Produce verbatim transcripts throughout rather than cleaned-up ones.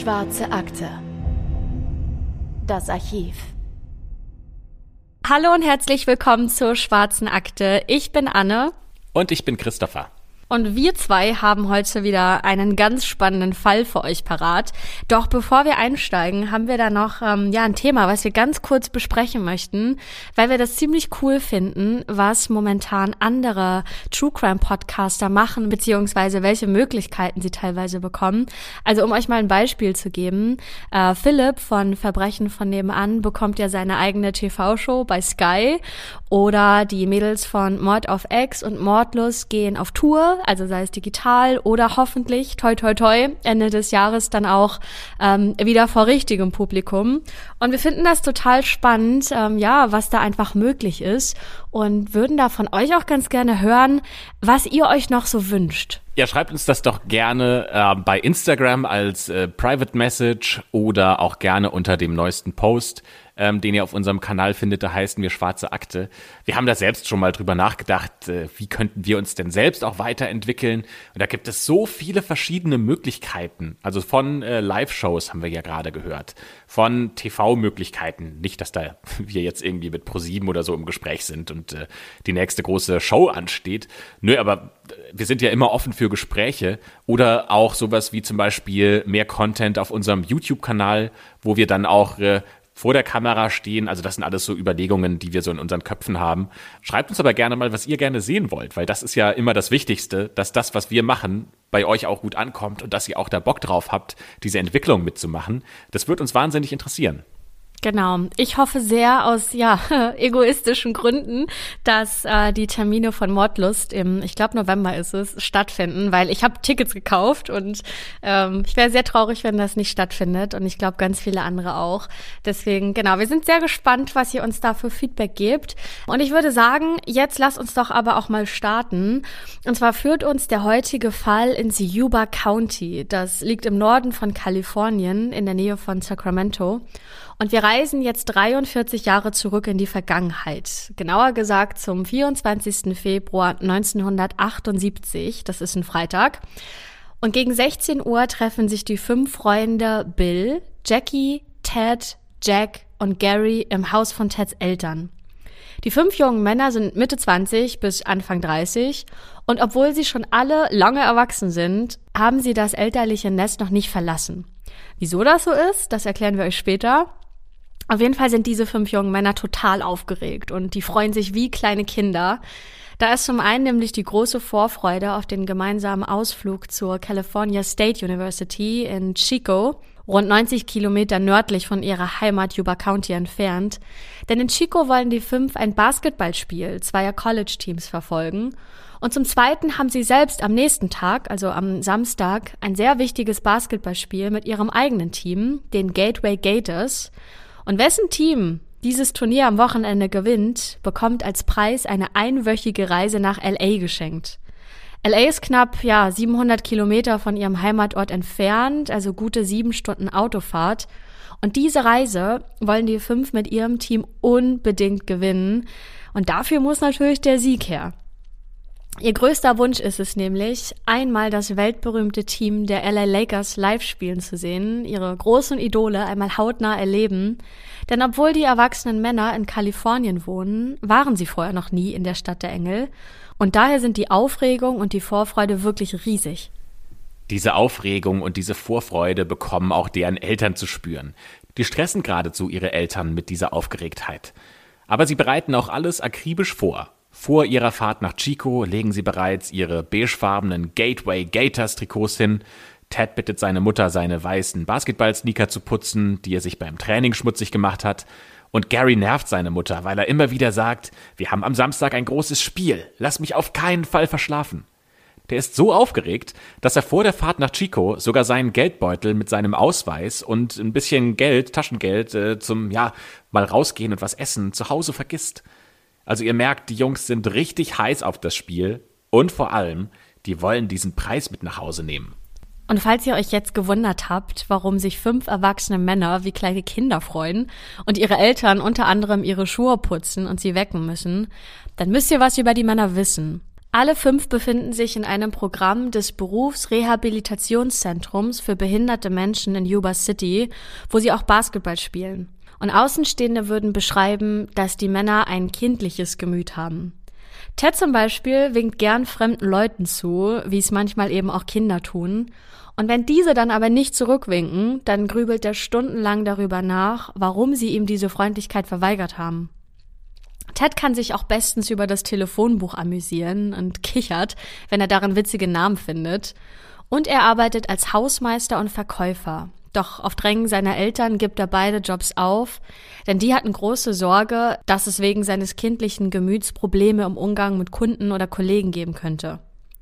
Schwarze Akte. Das Archiv. Hallo und herzlich willkommen zur Schwarzen Akte. Ich bin Anne. Und ich bin Christopher. Und wir zwei haben heute wieder einen ganz spannenden Fall für euch parat. Doch bevor wir einsteigen, haben wir da noch ähm, ja ein Thema, was wir ganz kurz besprechen möchten, weil wir das ziemlich cool finden, was momentan andere True Crime Podcaster machen, beziehungsweise welche Möglichkeiten sie teilweise bekommen. Also um euch mal ein Beispiel zu geben, äh, Philipp von Verbrechen von nebenan bekommt ja seine eigene T V-Show bei Sky, oder die Mädels von Mord auf Ex und Mordlust gehen auf Tour, also sei es digital oder hoffentlich, toi toi toi, Ende des Jahres dann auch ähm, wieder vor richtigem Publikum. Und wir finden das total spannend, ähm, ja, was da einfach möglich ist, und würden da von euch auch ganz gerne hören, was ihr euch noch so wünscht. Ja, schreibt uns das doch gerne äh, bei Instagram als äh, Private Message oder auch gerne unter dem neuesten Post, ähm, den ihr auf unserem Kanal findet. Da heißen wir Schwarze Akte. Wir haben da selbst schon mal drüber nachgedacht, äh, wie könnten wir uns denn selbst auch weiterentwickeln. Und da gibt es so viele verschiedene Möglichkeiten. Also von äh, Live-Shows haben wir ja gerade gehört, von T V-Möglichkeiten. Nicht, dass da wir jetzt irgendwie mit ProSieben oder so im Gespräch sind und äh, die nächste große Show ansteht. Nö, aber wir sind ja immer offen für Gespräche oder auch sowas wie zum Beispiel mehr Content auf unserem YouTube-Kanal, wo wir dann auch äh, vor der Kamera stehen. Also das sind alles so Überlegungen, die wir so in unseren Köpfen haben. Schreibt uns aber gerne mal, was ihr gerne sehen wollt, weil das ist ja immer das Wichtigste, dass das, was wir machen, bei euch auch gut ankommt und dass ihr auch da Bock drauf habt, diese Entwicklung mitzumachen. Das wird uns wahnsinnig interessieren. Genau. Ich hoffe sehr aus ja egoistischen Gründen, dass äh, die Termine von Mordlust im, ich glaube November ist es, stattfinden, weil ich habe Tickets gekauft und ähm, ich wäre sehr traurig, wenn das nicht stattfindet, und ich glaube ganz viele andere auch. Deswegen, genau, wir sind sehr gespannt, was ihr uns da für Feedback gebt. Und ich würde sagen, jetzt lasst uns doch aber auch mal starten. Und zwar führt uns der heutige Fall ins Yuba County. Das liegt im Norden von Kalifornien, in der Nähe von Sacramento. Und wir reisen jetzt dreiundvierzig Jahre zurück in die Vergangenheit. Genauer gesagt zum vierundzwanzigsten Februar neunzehnhundertachtundsiebzig. Das ist ein Freitag. Und gegen sechzehn Uhr treffen sich die fünf Freunde Bill, Jackie, Ted, Jack und Gary im Haus von Teds Eltern. Die fünf jungen Männer sind Mitte zwanzig bis Anfang dreißig. Und obwohl sie schon alle lange erwachsen sind, haben sie das elterliche Nest noch nicht verlassen. Wieso das so ist, das erklären wir euch später. Auf jeden Fall sind diese fünf jungen Männer total aufgeregt und die freuen sich wie kleine Kinder. Da ist zum einen nämlich die große Vorfreude auf den gemeinsamen Ausflug zur California State University in Chico, rund neunzig Kilometer nördlich von ihrer Heimat Yuba County entfernt. Denn in Chico wollen die fünf ein Basketballspiel zweier College-Teams verfolgen. Und zum Zweiten haben sie selbst am nächsten Tag, also am Samstag, ein sehr wichtiges Basketballspiel mit ihrem eigenen Team, den Gateway Gators. Und wessen Team dieses Turnier am Wochenende gewinnt, bekommt als Preis eine einwöchige Reise nach L A geschenkt. L A ist knapp ja siebenhundert Kilometer von ihrem Heimatort entfernt, also gute sieben Stunden Autofahrt. Und diese Reise wollen die fünf mit ihrem Team unbedingt gewinnen. Und dafür muss natürlich der Sieg her. Ihr größter Wunsch ist es nämlich, einmal das weltberühmte Team der L A Lakers live spielen zu sehen, ihre großen Idole einmal hautnah erleben. Denn obwohl die erwachsenen Männer in Kalifornien wohnen, waren sie vorher noch nie in der Stadt der Engel. Und daher sind die Aufregung und die Vorfreude wirklich riesig. Diese Aufregung und diese Vorfreude bekommen auch deren Eltern zu spüren. Die stressen geradezu ihre Eltern mit dieser Aufgeregtheit. Aber sie bereiten auch alles akribisch vor. Vor ihrer Fahrt nach Chico legen sie bereits ihre beigefarbenen Gateway Gators Trikots hin. Ted bittet seine Mutter, seine weißen Basketball-Sneaker zu putzen, die er sich beim Training schmutzig gemacht hat. Und Gary nervt seine Mutter, weil er immer wieder sagt, wir haben am Samstag ein großes Spiel, lass mich auf keinen Fall verschlafen. Der ist so aufgeregt, dass er vor der Fahrt nach Chico sogar seinen Geldbeutel mit seinem Ausweis und ein bisschen Geld, Taschengeld, äh, zum, ja, mal rausgehen und was essen, zu Hause vergisst. Also ihr merkt, die Jungs sind richtig heiß auf das Spiel und vor allem, die wollen diesen Preis mit nach Hause nehmen. Und falls ihr euch jetzt gewundert habt, warum sich fünf erwachsene Männer wie kleine Kinder freuen und ihre Eltern unter anderem ihre Schuhe putzen und sie wecken müssen, dann müsst ihr was über die Männer wissen. Alle fünf befinden sich in einem Programm des Berufsrehabilitationszentrums für behinderte Menschen in Yuba City, wo sie auch Basketball spielen. Und Außenstehende würden beschreiben, dass die Männer ein kindliches Gemüt haben. Ted zum Beispiel winkt gern fremden Leuten zu, wie es manchmal eben auch Kinder tun. Und wenn diese dann aber nicht zurückwinken, dann grübelt er stundenlang darüber nach, warum sie ihm diese Freundlichkeit verweigert haben. Ted kann sich auch bestens über das Telefonbuch amüsieren und kichert, wenn er darin witzige Namen findet. Und er arbeitet als Hausmeister und Verkäufer. Doch auf Drängen seiner Eltern gibt er beide Jobs auf, denn die hatten große Sorge, dass es wegen seines kindlichen Gemüts Probleme im Umgang mit Kunden oder Kollegen geben könnte.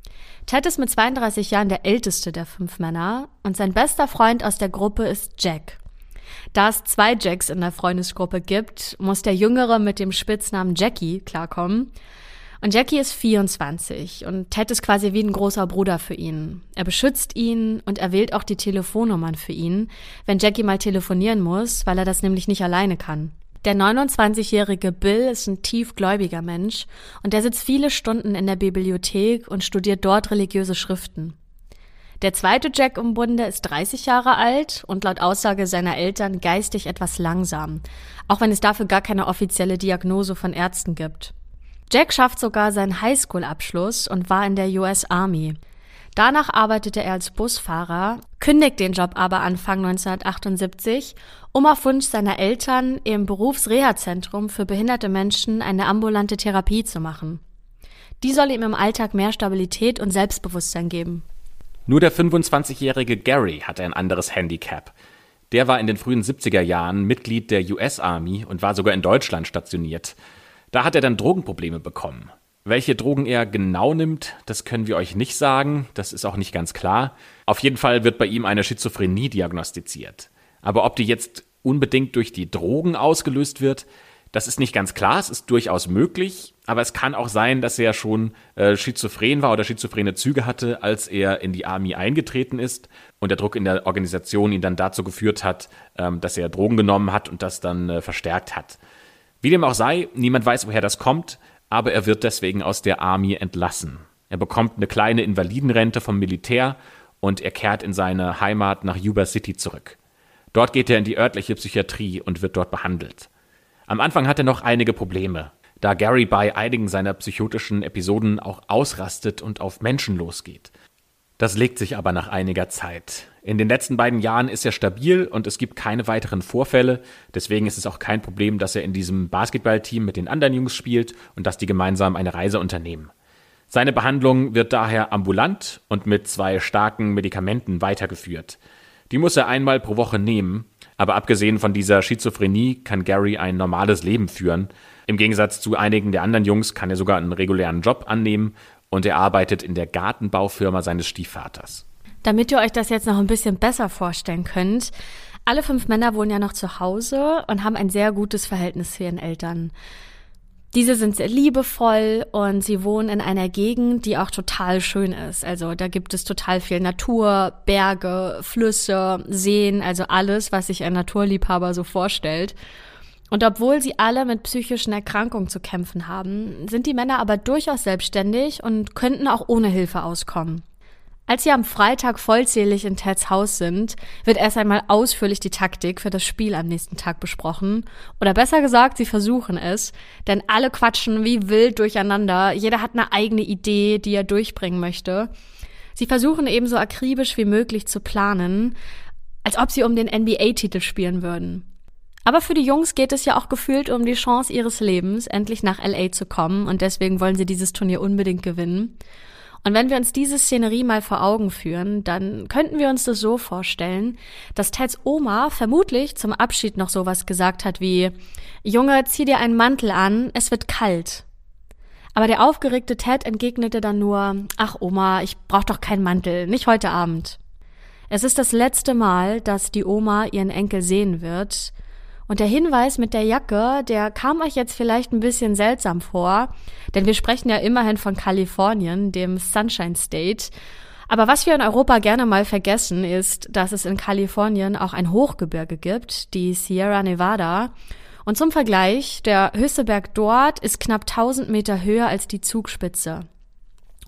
Ted ist mit zweiunddreißig Jahren der älteste der fünf Männer und sein bester Freund aus der Gruppe ist Jack. Da es zwei Jacks in der Freundesgruppe gibt, muss der Jüngere mit dem Spitznamen Jackie klarkommen. Und Jackie ist vierundzwanzig und Ted ist quasi wie ein großer Bruder für ihn. Er beschützt ihn und er wählt auch die Telefonnummern für ihn, wenn Jackie mal telefonieren muss, weil er das nämlich nicht alleine kann. Der neunundzwanzigjährige Bill ist ein tiefgläubiger Mensch und der sitzt viele Stunden in der Bibliothek und studiert dort religiöse Schriften. Der zweite Jack im Bunde ist dreißig Jahre alt und laut Aussage seiner Eltern geistig etwas langsam, auch wenn es dafür gar keine offizielle Diagnose von Ärzten gibt. Jack schafft sogar seinen Highschool-Abschluss und war in der U S Army. Danach arbeitete er als Busfahrer, kündigt den Job aber Anfang neunzehnhundertachtundsiebzig, um auf Wunsch seiner Eltern im Berufsreha-Zentrum für behinderte Menschen eine ambulante Therapie zu machen. Die soll ihm im Alltag mehr Stabilität und Selbstbewusstsein geben. Nur der fünfundzwanzigjährige Gary hatte ein anderes Handicap. Der war in den frühen siebziger Jahren Mitglied der U S Army und war sogar in Deutschland stationiert. Da hat er dann Drogenprobleme bekommen. Welche Drogen er genau nimmt, das können wir euch nicht sagen, das ist auch nicht ganz klar. Auf jeden Fall wird bei ihm eine Schizophrenie diagnostiziert. Aber ob die jetzt unbedingt durch die Drogen ausgelöst wird, das ist nicht ganz klar, es ist durchaus möglich, aber es kann auch sein, dass er schon äh, schizophren war oder schizophrene Züge hatte, als er in die Army eingetreten ist und der Druck in der Organisation ihn dann dazu geführt hat, ähm, dass er Drogen genommen hat und das dann äh, verstärkt hat. Wie dem auch sei, niemand weiß, woher das kommt, aber er wird deswegen aus der Army entlassen. Er bekommt eine kleine Invalidenrente vom Militär und er kehrt in seine Heimat nach Yuba City zurück. Dort geht er in die örtliche Psychiatrie und wird dort behandelt. Am Anfang hat er noch einige Probleme, da Gary bei einigen seiner psychotischen Episoden auch ausrastet und auf Menschen losgeht. Das legt sich aber nach einiger Zeit. In den letzten beiden Jahren ist er stabil und es gibt keine weiteren Vorfälle. Deswegen ist es auch kein Problem, dass er in diesem Basketballteam mit den anderen Jungs spielt und dass die gemeinsam eine Reise unternehmen. Seine Behandlung wird daher ambulant und mit zwei starken Medikamenten weitergeführt. Die muss er einmal pro Woche nehmen, aber abgesehen von dieser Schizophrenie kann Gary ein normales Leben führen. Im Gegensatz zu einigen der anderen Jungs kann er sogar einen regulären Job annehmen und er arbeitet in der Gartenbaufirma seines Stiefvaters. Damit ihr euch das jetzt noch ein bisschen besser vorstellen könnt, alle fünf Männer wohnen ja noch zu Hause und haben ein sehr gutes Verhältnis zu ihren Eltern. Diese sind sehr liebevoll und sie wohnen in einer Gegend, die auch total schön ist. Also da gibt es total viel Natur, Berge, Flüsse, Seen, also alles, was sich ein Naturliebhaber so vorstellt. Und obwohl sie alle mit psychischen Erkrankungen zu kämpfen haben, sind die Männer aber durchaus selbstständig und könnten auch ohne Hilfe auskommen. Als sie am Freitag vollzählig in Teds Haus sind, wird erst einmal ausführlich die Taktik für das Spiel am nächsten Tag besprochen. Oder besser gesagt, sie versuchen es, denn alle quatschen wie wild durcheinander. Jeder hat eine eigene Idee, die er durchbringen möchte. Sie versuchen ebenso akribisch wie möglich zu planen, als ob sie um den N B A-Titel spielen würden. Aber für die Jungs geht es ja auch gefühlt um die Chance ihres Lebens, endlich nach L A zu kommen und deswegen wollen sie dieses Turnier unbedingt gewinnen. Und wenn wir uns diese Szenerie mal vor Augen führen, dann könnten wir uns das so vorstellen, dass Teds Oma vermutlich zum Abschied noch sowas gesagt hat wie: Junge, zieh dir einen Mantel an, es wird kalt. Aber der aufgeregte Ted entgegnete dann nur: Ach Oma, ich brauch doch keinen Mantel, nicht heute Abend. Es ist das letzte Mal, dass die Oma ihren Enkel sehen wird. Und der Hinweis mit der Jacke, der kam euch jetzt vielleicht ein bisschen seltsam vor, denn wir sprechen ja immerhin von Kalifornien, dem Sunshine State. Aber was wir in Europa gerne mal vergessen, ist, dass es in Kalifornien auch ein Hochgebirge gibt, die Sierra Nevada. Und zum Vergleich, der höchste Berg dort ist knapp tausend Meter höher als die Zugspitze.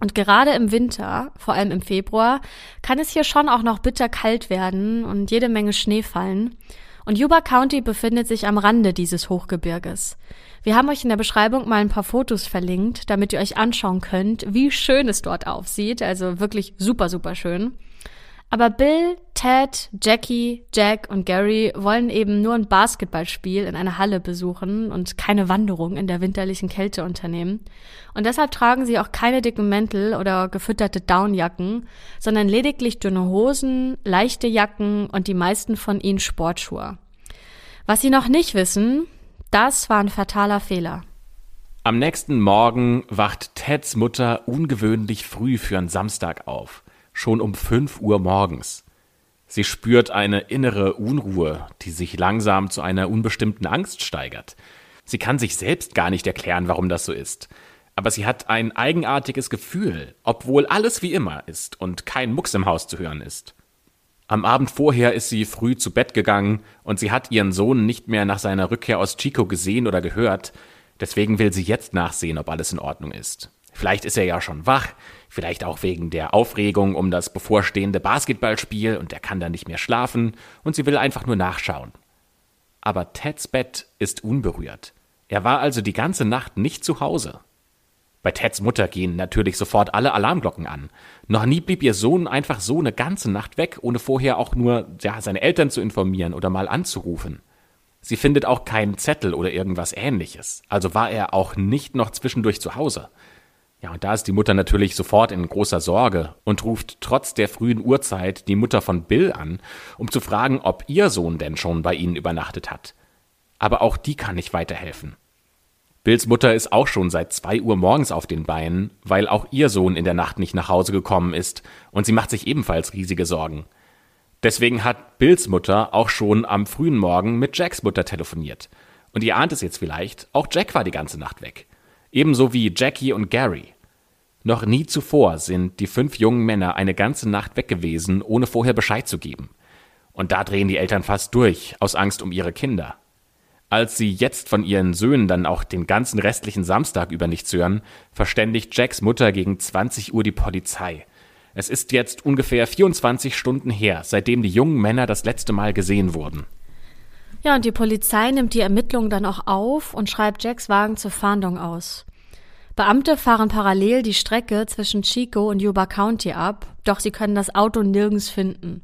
Und gerade im Winter, vor allem im Februar, kann es hier schon auch noch bitterkalt werden und jede Menge Schnee fallen. Und Yuba County befindet sich am Rande dieses Hochgebirges. Wir haben euch in der Beschreibung mal ein paar Fotos verlinkt, damit ihr euch anschauen könnt, wie schön es dort aussieht. Also wirklich super, super schön. Aber Bill, Ted, Jackie, Jack und Gary wollen eben nur ein Basketballspiel in einer Halle besuchen und keine Wanderung in der winterlichen Kälte unternehmen. Und deshalb tragen sie auch keine dicken Mäntel oder gefütterte Downjacken, sondern lediglich dünne Hosen, leichte Jacken und die meisten von ihnen Sportschuhe. Was sie noch nicht wissen, das war ein fataler Fehler. Am nächsten Morgen wacht Teds Mutter ungewöhnlich früh für einen Samstag auf. Schon um fünf Uhr morgens. Sie spürt eine innere Unruhe, die sich langsam zu einer unbestimmten Angst steigert. Sie kann sich selbst gar nicht erklären, warum das so ist. Aber sie hat ein eigenartiges Gefühl, obwohl alles wie immer ist und kein Mucks im Haus zu hören ist. Am Abend vorher ist sie früh zu Bett gegangen und sie hat ihren Sohn nicht mehr nach seiner Rückkehr aus Chico gesehen oder gehört. Deswegen will sie jetzt nachsehen, ob alles in Ordnung ist. Vielleicht ist er ja schon wach, vielleicht auch wegen der Aufregung um das bevorstehende Basketballspiel und er kann dann nicht mehr schlafen und sie will einfach nur nachschauen. Aber Teds Bett ist unberührt. Er war also die ganze Nacht nicht zu Hause. Bei Teds Mutter gehen natürlich sofort alle Alarmglocken an. Noch nie blieb ihr Sohn einfach so eine ganze Nacht weg, ohne vorher auch nur ja, seine Eltern zu informieren oder mal anzurufen. Sie findet auch keinen Zettel oder irgendwas Ähnliches, also war er auch nicht noch zwischendurch zu Hause. Ja, und da ist die Mutter natürlich sofort in großer Sorge und ruft trotz der frühen Uhrzeit die Mutter von Bill an, um zu fragen, ob ihr Sohn denn schon bei ihnen übernachtet hat. Aber auch die kann nicht weiterhelfen. Bills Mutter ist auch schon seit zwei Uhr morgens auf den Beinen, weil auch ihr Sohn in der Nacht nicht nach Hause gekommen ist und sie macht sich ebenfalls riesige Sorgen. Deswegen hat Bills Mutter auch schon am frühen Morgen mit Jacks Mutter telefoniert. Und ihr ahnt es jetzt vielleicht, auch Jack war die ganze Nacht weg. Ebenso wie Jackie und Gary. Noch nie zuvor sind die fünf jungen Männer eine ganze Nacht weg gewesen, ohne vorher Bescheid zu geben. Und da drehen die Eltern fast durch, aus Angst um ihre Kinder. Als sie jetzt von ihren Söhnen dann auch den ganzen restlichen Samstag über nichts hören, verständigt Jacks Mutter gegen zwanzig Uhr die Polizei. Es ist jetzt ungefähr vierundzwanzig Stunden her, seitdem die jungen Männer das letzte Mal gesehen wurden. Ja, und die Polizei nimmt die Ermittlungen dann auch auf und schreibt Jacks Wagen zur Fahndung aus. Beamte fahren parallel die Strecke zwischen Chico und Yuba County ab, doch sie können das Auto nirgends finden.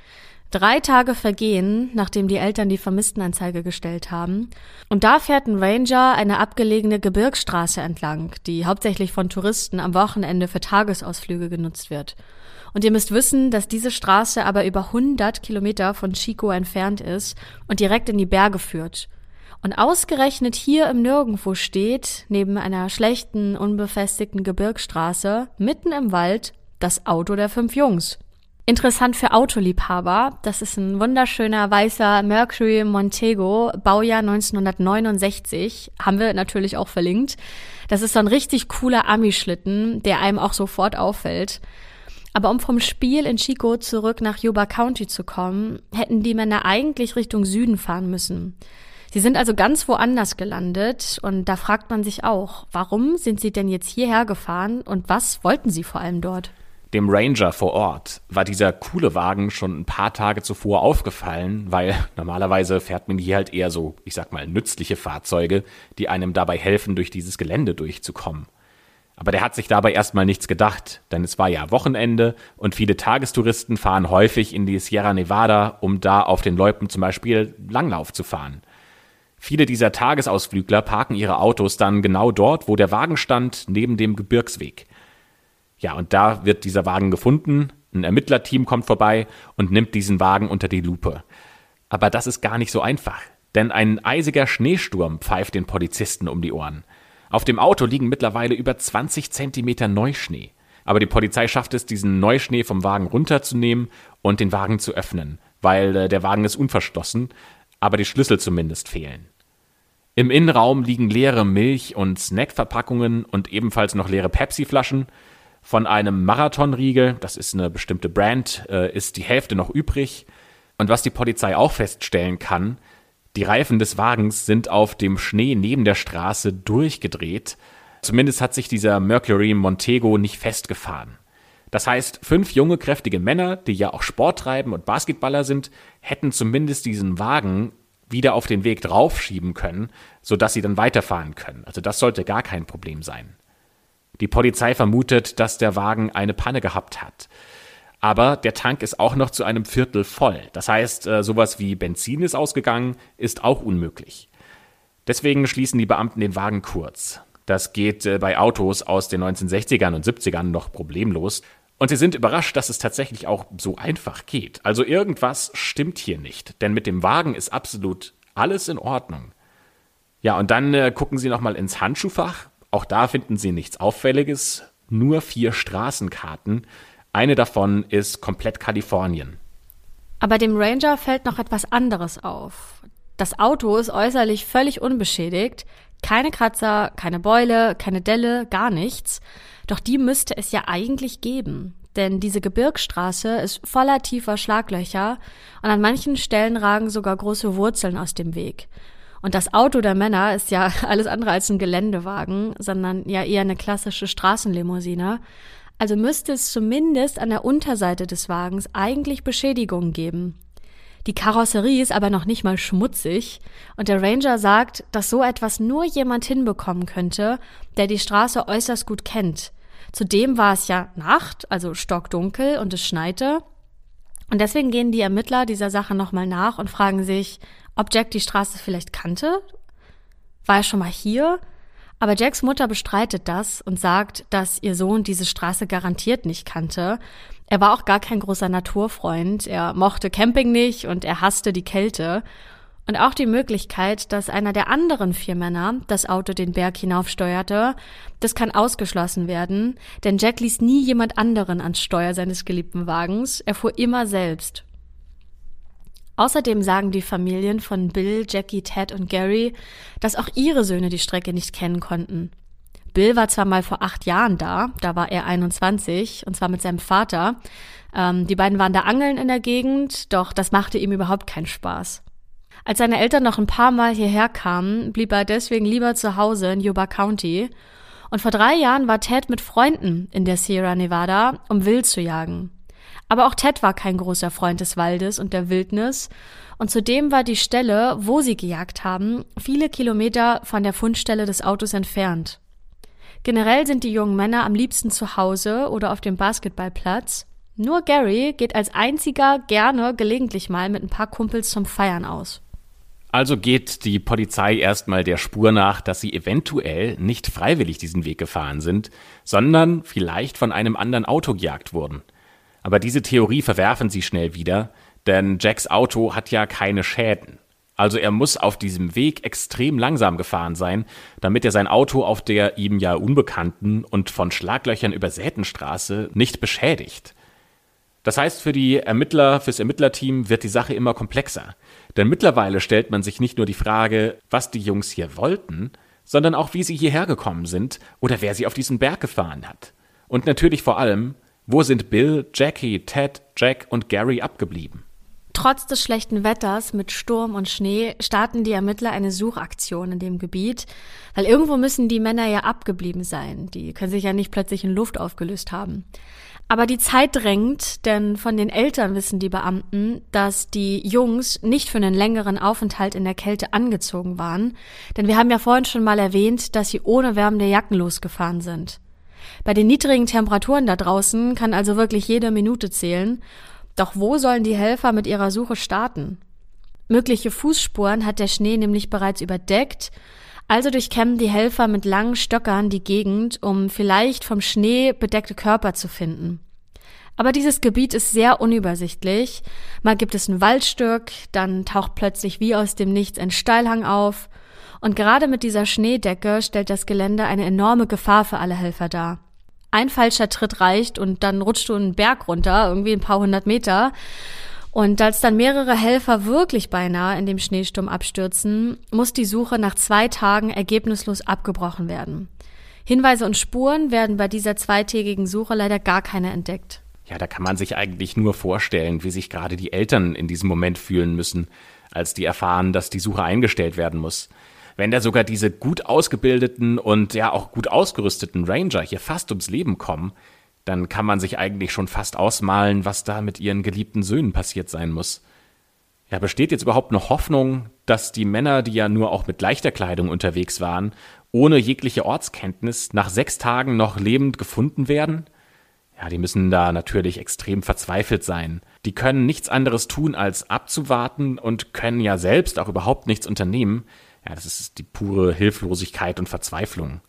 Drei Tage vergehen, nachdem die Eltern die Vermisstenanzeige gestellt haben. Und da fährt ein Ranger eine abgelegene Gebirgsstraße entlang, die hauptsächlich von Touristen am Wochenende für Tagesausflüge genutzt wird. Und ihr müsst wissen, dass diese Straße aber über hundert Kilometer von Chico entfernt ist und direkt in die Berge führt. Und ausgerechnet hier im Nirgendwo steht, neben einer schlechten, unbefestigten Gebirgsstraße, mitten im Wald, das Auto der fünf Jungs. Interessant für Autoliebhaber, das ist ein wunderschöner weißer Mercury Montego, Baujahr neunzehnhundertneunundsechzig, haben wir natürlich auch verlinkt. Das ist so ein richtig cooler Ami-Schlitten, der einem auch sofort auffällt. Aber um vom Spiel in Chico zurück nach Yuba County zu kommen, hätten die Männer eigentlich Richtung Süden fahren müssen. Sie sind also ganz woanders gelandet und da fragt man sich auch, warum sind sie denn jetzt hierher gefahren und was wollten sie vor allem dort? Dem Ranger vor Ort war dieser coole Wagen schon ein paar Tage zuvor aufgefallen, weil normalerweise fährt man hier halt eher so, ich sag mal, nützliche Fahrzeuge, die einem dabei helfen, durch dieses Gelände durchzukommen. Aber der hat sich dabei erstmal nichts gedacht, denn es war ja Wochenende und viele Tagestouristen fahren häufig in die Sierra Nevada, um da auf den Loipen zum Beispiel Langlauf zu fahren. Viele dieser Tagesausflügler parken ihre Autos dann genau dort, wo der Wagen stand, neben dem Gebirgsweg. Ja, und da wird dieser Wagen gefunden, ein Ermittlerteam kommt vorbei und nimmt diesen Wagen unter die Lupe. Aber das ist gar nicht so einfach, denn ein eisiger Schneesturm pfeift den Polizisten um die Ohren. Auf dem Auto liegen mittlerweile über zwanzig Zentimeter Neuschnee. Aber die Polizei schafft es, diesen Neuschnee vom Wagen runterzunehmen und den Wagen zu öffnen, weil äh, der Wagen ist unverschlossen, aber die Schlüssel zumindest fehlen. Im Innenraum liegen leere Milch- und Snackverpackungen und ebenfalls noch leere Pepsi-Flaschen. Von einem Marathonriegel, das ist eine bestimmte Brand, äh, ist die Hälfte noch übrig. Und was die Polizei auch feststellen kann, die Reifen des Wagens sind auf dem Schnee neben der Straße durchgedreht. Zumindest hat sich dieser Mercury Montego nicht festgefahren. Das heißt, fünf junge, kräftige Männer, die ja auch Sport treiben und Basketballer sind, hätten zumindest diesen Wagen wieder auf den Weg draufschieben können, sodass sie dann weiterfahren können. Also das sollte gar kein Problem sein. Die Polizei vermutet, dass der Wagen eine Panne gehabt hat. Aber der Tank ist auch noch zu einem Viertel voll. Das heißt, sowas wie Benzin ist ausgegangen, ist auch unmöglich. Deswegen schließen die Beamten den Wagen kurz. Das geht bei Autos aus den neunzehnhundertsechzigern und siebzigern noch problemlos. Und sie sind überrascht, dass es tatsächlich auch so einfach geht. Also irgendwas stimmt hier nicht, denn mit dem Wagen ist absolut alles in Ordnung. Ja, und dann äh, gucken sie nochmal ins Handschuhfach. Auch da finden sie nichts Auffälliges, nur vier Straßenkarten. Eine davon ist komplett Kalifornien. Aber dem Ranger fällt noch etwas anderes auf. Das Auto ist äußerlich völlig unbeschädigt. Keine Kratzer, keine Beule, keine Delle, gar nichts. Doch die müsste es ja eigentlich geben. Denn diese Gebirgsstraße ist voller tiefer Schlaglöcher und an manchen Stellen ragen sogar große Wurzeln aus dem Weg. Und das Auto der Männer ist ja alles andere als ein Geländewagen, sondern ja eher eine klassische Straßenlimousine. Also müsste es zumindest an der Unterseite des Wagens eigentlich Beschädigungen geben. Die Karosserie ist aber noch nicht mal schmutzig und der Ranger sagt, dass so etwas nur jemand hinbekommen könnte, der die Straße äußerst gut kennt. Zudem war es ja Nacht, also stockdunkel und es schneite. Und deswegen gehen die Ermittler dieser Sache nochmal nach und fragen sich, ob Jack die Straße vielleicht kannte. War er schon mal hier? Aber Jacks Mutter bestreitet das und sagt, dass ihr Sohn diese Straße garantiert nicht kannte. Er war auch gar kein großer Naturfreund, er mochte Camping nicht und er hasste die Kälte. Und auch die Möglichkeit, dass einer der anderen vier Männer das Auto den Berg hinaufsteuerte, das kann ausgeschlossen werden, denn Jack ließ nie jemand anderen ans Steuer seines geliebten Wagens, er fuhr immer selbst. Außerdem sagen die Familien von Bill, Jackie, Ted und Gary, dass auch ihre Söhne die Strecke nicht kennen konnten. Bill war zwar mal vor acht Jahren da, da war er einundzwanzig, und zwar mit seinem Vater. Ähm, die beiden waren da angeln in der Gegend, doch das machte ihm überhaupt keinen Spaß. Als seine Eltern noch ein paar Mal hierher kamen, blieb er deswegen lieber zu Hause in Yuba County. Und vor drei Jahren war Ted mit Freunden in der Sierra Nevada, um Wild zu jagen. Aber auch Ted war kein großer Freund des Waldes und der Wildnis. Und zudem war die Stelle, wo sie gejagt haben, viele Kilometer von der Fundstelle des Autos entfernt. Generell sind die jungen Männer am liebsten zu Hause oder auf dem Basketballplatz. Nur Gary geht als einziger gerne gelegentlich mal mit ein paar Kumpels zum Feiern aus. Also geht die Polizei erstmal der Spur nach, dass sie eventuell nicht freiwillig diesen Weg gefahren sind, sondern vielleicht von einem anderen Auto gejagt wurden. Aber diese Theorie verwerfen sie schnell wieder, denn Jacks Auto hat ja keine Schäden. Also er muss auf diesem Weg extrem langsam gefahren sein, damit er sein Auto auf der ihm ja unbekannten und von Schlaglöchern übersäten Straße nicht beschädigt. Das heißt, für die Ermittler, fürs Ermittlerteam wird die Sache immer komplexer. Denn mittlerweile stellt man sich nicht nur die Frage, was die Jungs hier wollten, sondern auch, wie sie hierher gekommen sind oder wer sie auf diesen Berg gefahren hat. Und natürlich vor allem, wo sind Bill, Jackie, Ted, Jack und Gary abgeblieben? Trotz des schlechten Wetters mit Sturm und Schnee starten die Ermittler eine Suchaktion in dem Gebiet, weil irgendwo müssen die Männer ja abgeblieben sein. Die können sich ja nicht plötzlich in Luft aufgelöst haben. Aber die Zeit drängt, denn von den Eltern wissen die Beamten, dass die Jungs nicht für einen längeren Aufenthalt in der Kälte angezogen waren. Denn wir haben ja vorhin schon mal erwähnt, dass sie ohne wärmende Jacken losgefahren sind. Bei den niedrigen Temperaturen da draußen kann also wirklich jede Minute zählen. Doch wo sollen die Helfer mit ihrer Suche starten? Mögliche Fußspuren hat der Schnee nämlich bereits überdeckt, also durchkämmen die Helfer mit langen Stöckern die Gegend, um vielleicht vom Schnee bedeckte Körper zu finden. Aber dieses Gebiet ist sehr unübersichtlich. Mal gibt es ein Waldstück, dann taucht plötzlich wie aus dem Nichts ein Steilhang auf. Und gerade mit dieser Schneedecke stellt das Gelände eine enorme Gefahr für alle Helfer dar. Ein falscher Tritt reicht und dann rutschst du einen Berg runter, irgendwie ein paar hundert Meter. Und als dann mehrere Helfer wirklich beinahe in dem Schneesturm abstürzen, muss die Suche nach zwei Tagen ergebnislos abgebrochen werden. Hinweise und Spuren werden bei dieser zweitägigen Suche leider gar keine entdeckt. Ja, da kann man sich eigentlich nur vorstellen, wie sich gerade die Eltern in diesem Moment fühlen müssen, als die erfahren, dass die Suche eingestellt werden muss. Wenn da sogar diese gut ausgebildeten und ja auch gut ausgerüsteten Ranger hier fast ums Leben kommen, dann kann man sich eigentlich schon fast ausmalen, was da mit ihren geliebten Söhnen passiert sein muss. Ja, besteht jetzt überhaupt noch Hoffnung, dass die Männer, die ja nur auch mit leichter Kleidung unterwegs waren, ohne jegliche Ortskenntnis nach sechs Tagen noch lebend gefunden werden? Ja, die müssen da natürlich extrem verzweifelt sein. Die können nichts anderes tun, als abzuwarten und können ja selbst auch überhaupt nichts unternehmen. Ja, das ist die pure Hilflosigkeit und Verzweiflung.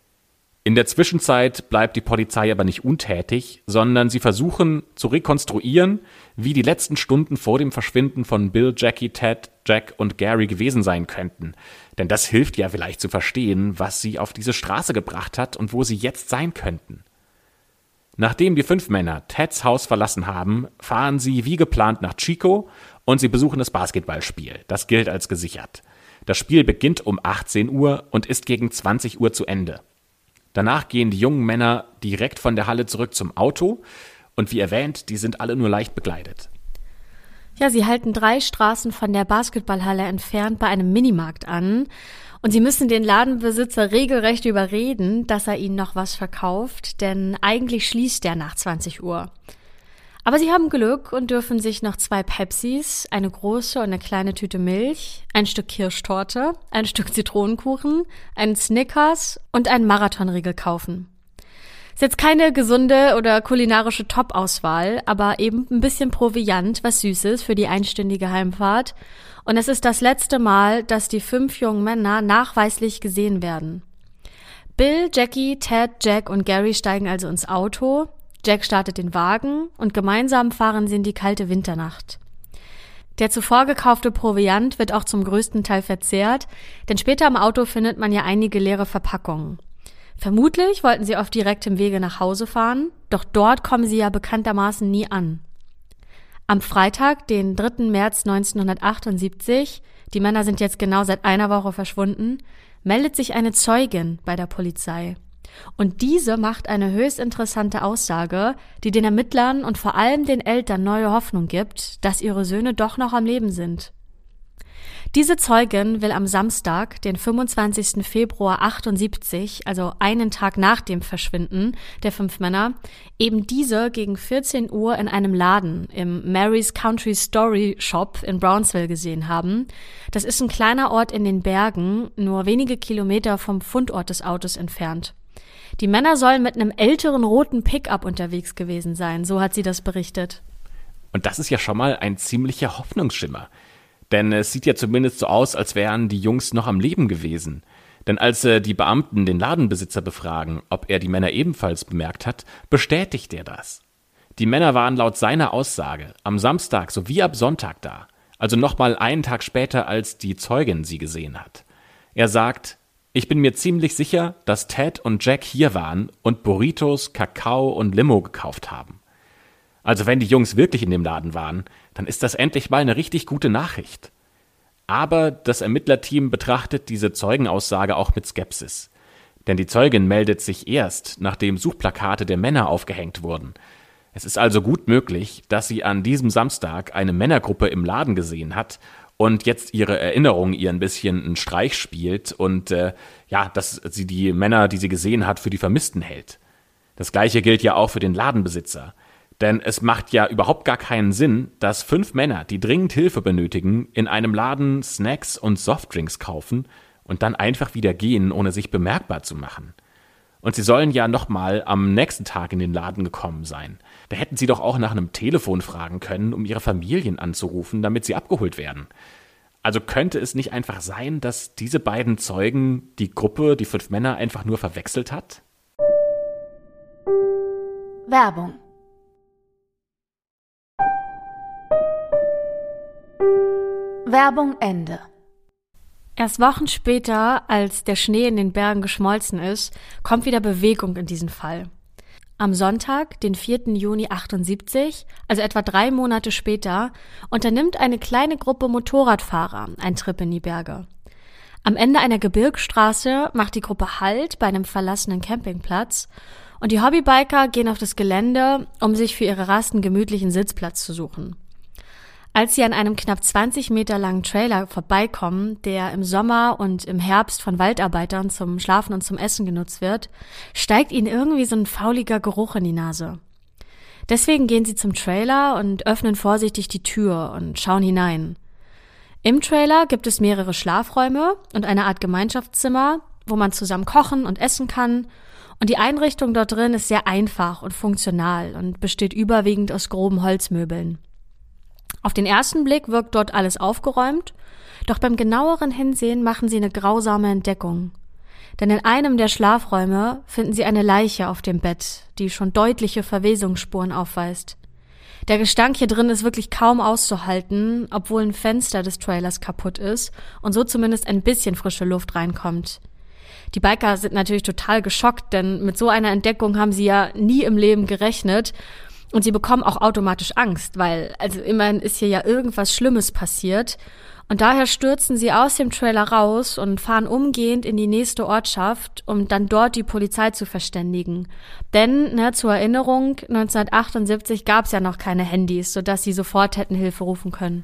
In der Zwischenzeit bleibt die Polizei aber nicht untätig, sondern sie versuchen zu rekonstruieren, wie die letzten Stunden vor dem Verschwinden von Bill, Jackie, Ted, Jack und Gary gewesen sein könnten. Denn das hilft ja vielleicht zu verstehen, was sie auf diese Straße gebracht hat und wo sie jetzt sein könnten. Nachdem die fünf Männer Teds Haus verlassen haben, fahren sie wie geplant nach Chico und sie besuchen das Basketballspiel. Das gilt als gesichert. Das Spiel beginnt um achtzehn Uhr und ist gegen zwanzig Uhr zu Ende. Danach gehen die jungen Männer direkt von der Halle zurück zum Auto und wie erwähnt, die sind alle nur leicht bekleidet. Ja, sie halten drei Straßen von der Basketballhalle entfernt bei einem Minimarkt an und sie müssen den Ladenbesitzer regelrecht überreden, dass er ihnen noch was verkauft, denn eigentlich schließt der nach zwanzig Uhr. Aber sie haben Glück und dürfen sich noch zwei Pepsis, eine große und eine kleine Tüte Milch, ein Stück Kirschtorte, ein Stück Zitronenkuchen, einen Snickers und einen Marathonriegel kaufen. Ist jetzt keine gesunde oder kulinarische Top-Auswahl, aber eben ein bisschen Proviant, was Süßes für die einstündige Heimfahrt. Und es ist das letzte Mal, dass die fünf jungen Männer nachweislich gesehen werden. Bill, Jackie, Ted, Jack und Gary steigen also ins Auto. Jack startet den Wagen und gemeinsam fahren sie in die kalte Winternacht. Der zuvor gekaufte Proviant wird auch zum größten Teil verzehrt, denn später im Auto findet man ja einige leere Verpackungen. Vermutlich wollten sie auf direktem Wege nach Hause fahren, doch dort kommen sie ja bekanntermaßen nie an. Am Freitag, den dritten März neunzehnhundertachtundsiebzig, die Männer sind jetzt genau seit einer Woche verschwunden, meldet sich eine Zeugin bei der Polizei. Und diese macht eine höchst interessante Aussage, die den Ermittlern und vor allem den Eltern neue Hoffnung gibt, dass ihre Söhne doch noch am Leben sind. Diese Zeugin will am Samstag, den fünfundzwanzigsten Februar achtundsiebzig, also einen Tag nach dem Verschwinden der fünf Männer, eben diese gegen vierzehn Uhr in einem Laden im Mary's Country Story Shop in Brownsville gesehen haben. Das ist ein kleiner Ort in den Bergen, nur wenige Kilometer vom Fundort des Autos entfernt. Die Männer sollen mit einem älteren roten Pickup unterwegs gewesen sein, so hat sie das berichtet. Und das ist ja schon mal ein ziemlicher Hoffnungsschimmer. Denn es sieht ja zumindest so aus, als wären die Jungs noch am Leben gewesen. Denn als äh, die Beamten den Ladenbesitzer befragen, ob er die Männer ebenfalls bemerkt hat, bestätigt er das. Die Männer waren laut seiner Aussage am Samstag sowie ab Sonntag da, also nochmal einen Tag später, als die Zeugin sie gesehen hat. Er sagt, ich bin mir ziemlich sicher, dass Ted und Jack hier waren und Burritos, Kakao und Limo gekauft haben. Also wenn die Jungs wirklich in dem Laden waren, dann ist das endlich mal eine richtig gute Nachricht. Aber das Ermittlerteam betrachtet diese Zeugenaussage auch mit Skepsis. Denn die Zeugin meldet sich erst, nachdem Suchplakate der Männer aufgehängt wurden. Es ist also gut möglich, dass sie an diesem Samstag eine Männergruppe im Laden gesehen hat und jetzt ihre Erinnerung ihr ein bisschen einen Streich spielt und äh, ja, dass sie die Männer, die sie gesehen hat, für die Vermissten hält. Das Gleiche gilt ja auch für den Ladenbesitzer. Denn es macht ja überhaupt gar keinen Sinn, dass fünf Männer, die dringend Hilfe benötigen, in einem Laden Snacks und Softdrinks kaufen und dann einfach wieder gehen, ohne sich bemerkbar zu machen. Und sie sollen ja nochmal am nächsten Tag in den Laden gekommen sein. Da hätten sie doch auch nach einem Telefon fragen können, um ihre Familien anzurufen, damit sie abgeholt werden. Also könnte es nicht einfach sein, dass diese beiden Zeugen die Gruppe, die fünf Männer, einfach nur verwechselt hat? Werbung. Werbung Ende. Erst Wochen später, als der Schnee in den Bergen geschmolzen ist, kommt wieder Bewegung in diesen Fall. Am Sonntag, den vierten Juni achtundsiebzig, also etwa drei Monate später, unternimmt eine kleine Gruppe Motorradfahrer einen Trip in die Berge. Am Ende einer Gebirgsstraße macht die Gruppe Halt bei einem verlassenen Campingplatz und die Hobbybiker gehen auf das Gelände, um sich für ihre Rast einen gemütlichen Sitzplatz zu suchen. Als sie an einem knapp zwanzig Meter langen Trailer vorbeikommen, der im Sommer und im Herbst von Waldarbeitern zum Schlafen und zum Essen genutzt wird, steigt ihnen irgendwie so ein fauliger Geruch in die Nase. Deswegen gehen sie zum Trailer und öffnen vorsichtig die Tür und schauen hinein. Im Trailer gibt es mehrere Schlafräume und eine Art Gemeinschaftszimmer, wo man zusammen kochen und essen kann. Und die Einrichtung dort drin ist sehr einfach und funktional und besteht überwiegend aus groben Holzmöbeln. Auf den ersten Blick wirkt dort alles aufgeräumt, doch beim genaueren Hinsehen machen sie eine grausame Entdeckung. Denn in einem der Schlafräume finden sie eine Leiche auf dem Bett, die schon deutliche Verwesungsspuren aufweist. Der Gestank hier drin ist wirklich kaum auszuhalten, obwohl ein Fenster des Trailers kaputt ist und so zumindest ein bisschen frische Luft reinkommt. Die Biker sind natürlich total geschockt, denn mit so einer Entdeckung haben sie ja nie im Leben gerechnet. Und sie bekommen auch automatisch Angst, weil, also immerhin ist hier ja irgendwas Schlimmes passiert. Und daher stürzen sie aus dem Trailer raus und fahren umgehend in die nächste Ortschaft, um dann dort die Polizei zu verständigen. Denn, ne, zur Erinnerung, neunzehnhundertachtundsiebzig gab es ja noch keine Handys, sodass sie sofort hätten Hilfe rufen können.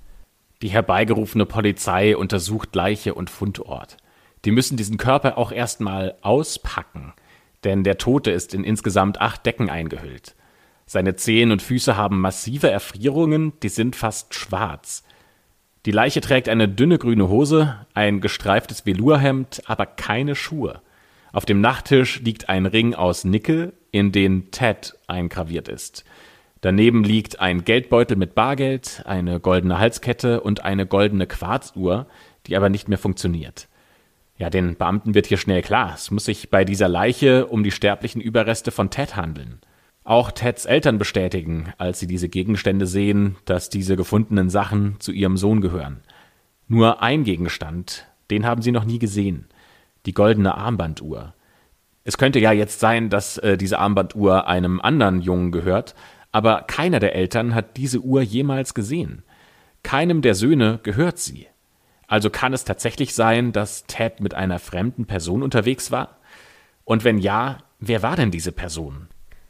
Die herbeigerufene Polizei untersucht Leiche und Fundort. Die müssen diesen Körper auch erstmal auspacken, denn der Tote ist in insgesamt acht Decken eingehüllt. Seine Zehen und Füße haben massive Erfrierungen, die sind fast schwarz. Die Leiche trägt eine dünne grüne Hose, ein gestreiftes Velourhemd, aber keine Schuhe. Auf dem Nachttisch liegt ein Ring aus Nickel, in den Ted eingraviert ist. Daneben liegt ein Geldbeutel mit Bargeld, eine goldene Halskette und eine goldene Quarzuhr, die aber nicht mehr funktioniert. Ja, den Beamten wird hier schnell klar, es muss sich bei dieser Leiche um die sterblichen Überreste von Ted handeln. Auch Teds Eltern bestätigen, als sie diese Gegenstände sehen, dass diese gefundenen Sachen zu ihrem Sohn gehören. Nur ein Gegenstand, den haben sie noch nie gesehen, die goldene Armbanduhr. Es könnte ja jetzt sein, dass äh, diese Armbanduhr einem anderen Jungen gehört, aber keiner der Eltern hat diese Uhr jemals gesehen. Keinem der Söhne gehört sie. Also kann es tatsächlich sein, dass Ted mit einer fremden Person unterwegs war? Und wenn ja, wer war denn diese Person?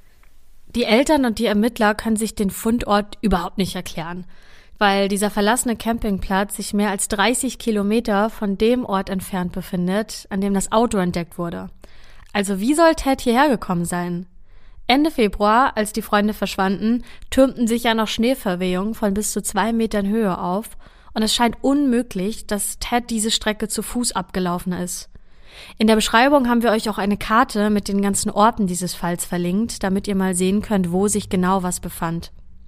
Die Eltern und die Ermittler können sich den Fundort überhaupt nicht erklären, weil dieser verlassene Campingplatz sich mehr als dreißig Kilometer von dem Ort entfernt befindet, an dem das Auto entdeckt wurde. Also wie soll Ted hierher gekommen sein? Ende Februar, als die Freunde verschwanden, türmten sich ja noch Schneeverwehungen von bis zu zwei Metern Höhe auf und es scheint unmöglich, dass Ted diese Strecke zu Fuß abgelaufen ist. In der Beschreibung haben wir euch auch eine Karte mit den ganzen Orten dieses Falls verlinkt, damit ihr mal sehen könnt, wo sich genau was befand.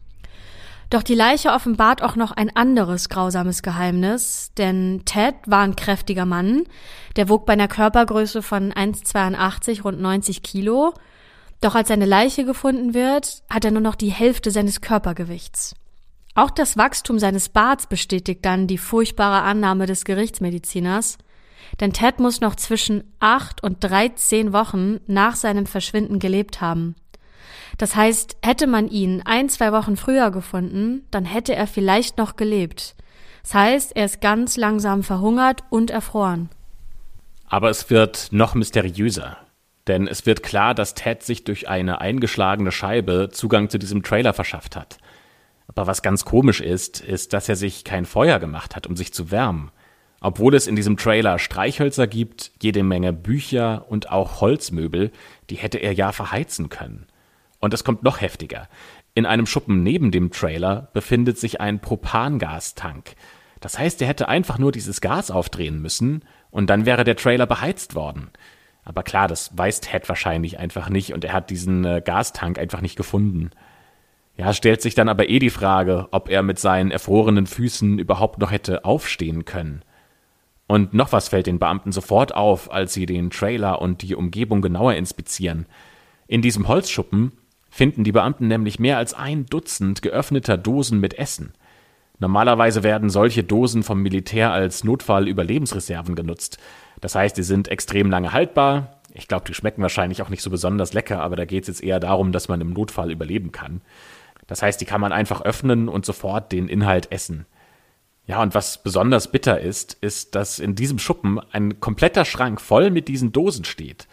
Doch die Leiche offenbart auch noch ein anderes grausames Geheimnis, denn Ted war ein kräftiger Mann, der wog bei einer Körpergröße von eins Komma zweiundachtzig rund neunzig Kilo, doch als seine Leiche gefunden wird, hat er nur noch die Hälfte seines Körpergewichts. Auch das Wachstum seines Barts bestätigt dann die furchtbare Annahme des Gerichtsmediziners, denn Ted muss noch zwischen acht und dreizehn Wochen nach seinem Verschwinden gelebt haben. Das heißt, hätte man ihn ein, zwei Wochen früher gefunden, dann hätte er vielleicht noch gelebt. Das heißt, er ist ganz langsam verhungert und erfroren. Aber es wird noch mysteriöser, denn es wird klar, dass Ted sich durch eine eingeschlagene Scheibe Zugang zu diesem Trailer verschafft hat. Aber was ganz komisch ist, ist, dass er sich kein Feuer gemacht hat, um sich zu wärmen. Obwohl es in diesem Trailer Streichhölzer gibt, jede Menge Bücher und auch Holzmöbel, die hätte er ja verheizen können. Und es kommt noch heftiger. In einem Schuppen neben dem Trailer befindet sich ein Propangastank. Das heißt, er hätte einfach nur dieses Gas aufdrehen müssen und dann wäre der Trailer beheizt worden. Aber klar, das weiß Ted wahrscheinlich einfach nicht und er hat diesen äh, Gastank einfach nicht gefunden. Ja, stellt sich dann aber eh die Frage, ob er mit seinen erfrorenen Füßen überhaupt noch hätte aufstehen können. Und noch was fällt den Beamten sofort auf, als sie den Trailer und die Umgebung genauer inspizieren. In diesem Holzschuppen finden die Beamten nämlich mehr als ein Dutzend geöffneter Dosen mit Essen. Normalerweise werden solche Dosen vom Militär als Notfall-Überlebensreserven genutzt. Das heißt, die sind extrem lange haltbar. Ich glaube, die schmecken wahrscheinlich auch nicht so besonders lecker, aber da geht es jetzt eher darum, dass man im Notfall überleben kann. Das heißt, die kann man einfach öffnen und sofort den Inhalt essen. Ja, und was besonders bitter ist, ist, dass in diesem Schuppen ein kompletter Schrank voll mit diesen Dosen steht.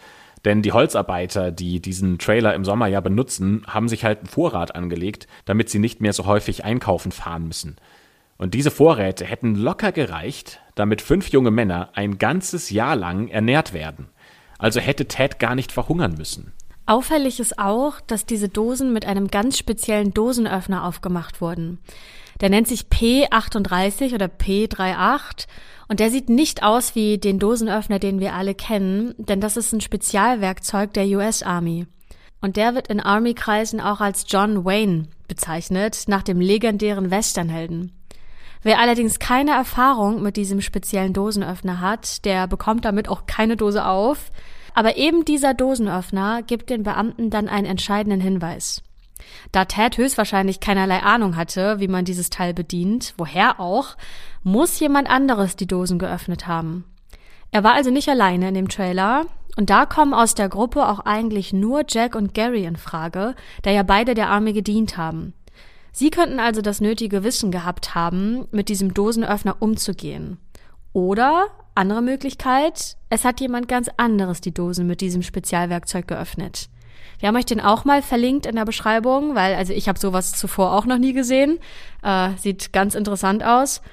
Denn die Holzarbeiter, die diesen Trailer im Sommer ja benutzen, haben sich halt einen Vorrat angelegt, damit sie nicht mehr so häufig einkaufen fahren müssen. Und diese Vorräte hätten locker gereicht, damit fünf junge Männer ein ganzes Jahr lang ernährt werden. Also hätte Ted gar nicht verhungern müssen. Auffällig ist auch, dass diese Dosen mit einem ganz speziellen Dosenöffner aufgemacht wurden. Der nennt sich P achtunddreißig oder P achtunddreißig und der sieht nicht aus wie den Dosenöffner, den wir alle kennen, denn das ist ein Spezialwerkzeug der U S Army. Und der wird in Army-Kreisen auch als John Wayne bezeichnet, nach dem legendären Westernhelden. Wer allerdings keine Erfahrung mit diesem speziellen Dosenöffner hat, der bekommt damit auch keine Dose auf. Aber eben dieser Dosenöffner gibt den Beamten dann einen entscheidenden Hinweis. Da Ted höchstwahrscheinlich keinerlei Ahnung hatte, wie man dieses Teil bedient, woher auch, muss jemand anderes die Dosen geöffnet haben. Er war also nicht alleine in dem Trailer und da kommen aus der Gruppe auch eigentlich nur Jack und Gary in Frage, da ja beide der Armee gedient haben. Sie könnten also das nötige Wissen gehabt haben, mit diesem Dosenöffner umzugehen. Oder, andere Möglichkeit, es hat jemand ganz anderes die Dosen mit diesem Spezialwerkzeug geöffnet. Wir haben euch den auch mal verlinkt in der Beschreibung, weil also ich habe sowas zuvor auch noch nie gesehen. Äh, sieht ganz interessant aus.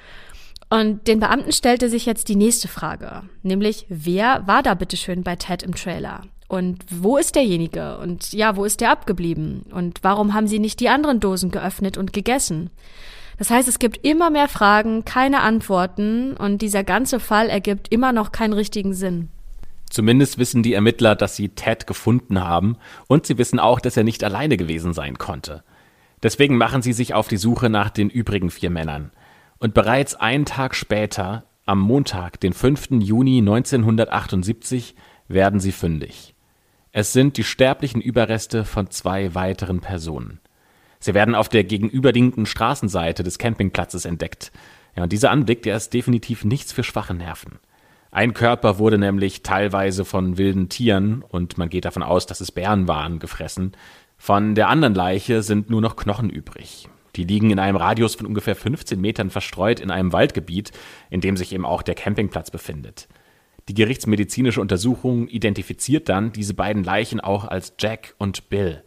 Und den Beamten stellte sich jetzt die nächste Frage, nämlich wer war da bitteschön bei Ted im Trailer? Und wo ist derjenige? Und ja, wo ist der abgeblieben? Und warum haben sie nicht die anderen Dosen geöffnet und gegessen? Das heißt, es gibt immer mehr Fragen, keine Antworten und dieser ganze Fall ergibt immer noch keinen richtigen Sinn. Zumindest wissen die Ermittler, dass sie Ted gefunden haben und sie wissen auch, dass er nicht alleine gewesen sein konnte. Deswegen machen sie sich auf die Suche nach den übrigen vier Männern. Und bereits einen Tag später, am Montag, den fünften Juni neunzehnhundertachtundsiebzig, werden sie fündig. Es sind die sterblichen Überreste von zwei weiteren Personen. Sie werden auf der gegenüberliegenden Straßenseite des Campingplatzes entdeckt. Ja, und dieser Anblick, der ist definitiv nichts für schwache Nerven. Ein Körper wurde nämlich teilweise von wilden Tieren, und man geht davon aus, dass es Bären waren, gefressen. Von der anderen Leiche sind nur noch Knochen übrig. Die liegen in einem Radius von ungefähr fünfzehn Metern verstreut in einem Waldgebiet, in dem sich eben auch der Campingplatz befindet. Die gerichtsmedizinische Untersuchung identifiziert dann diese beiden Leichen auch als Jack und Bill.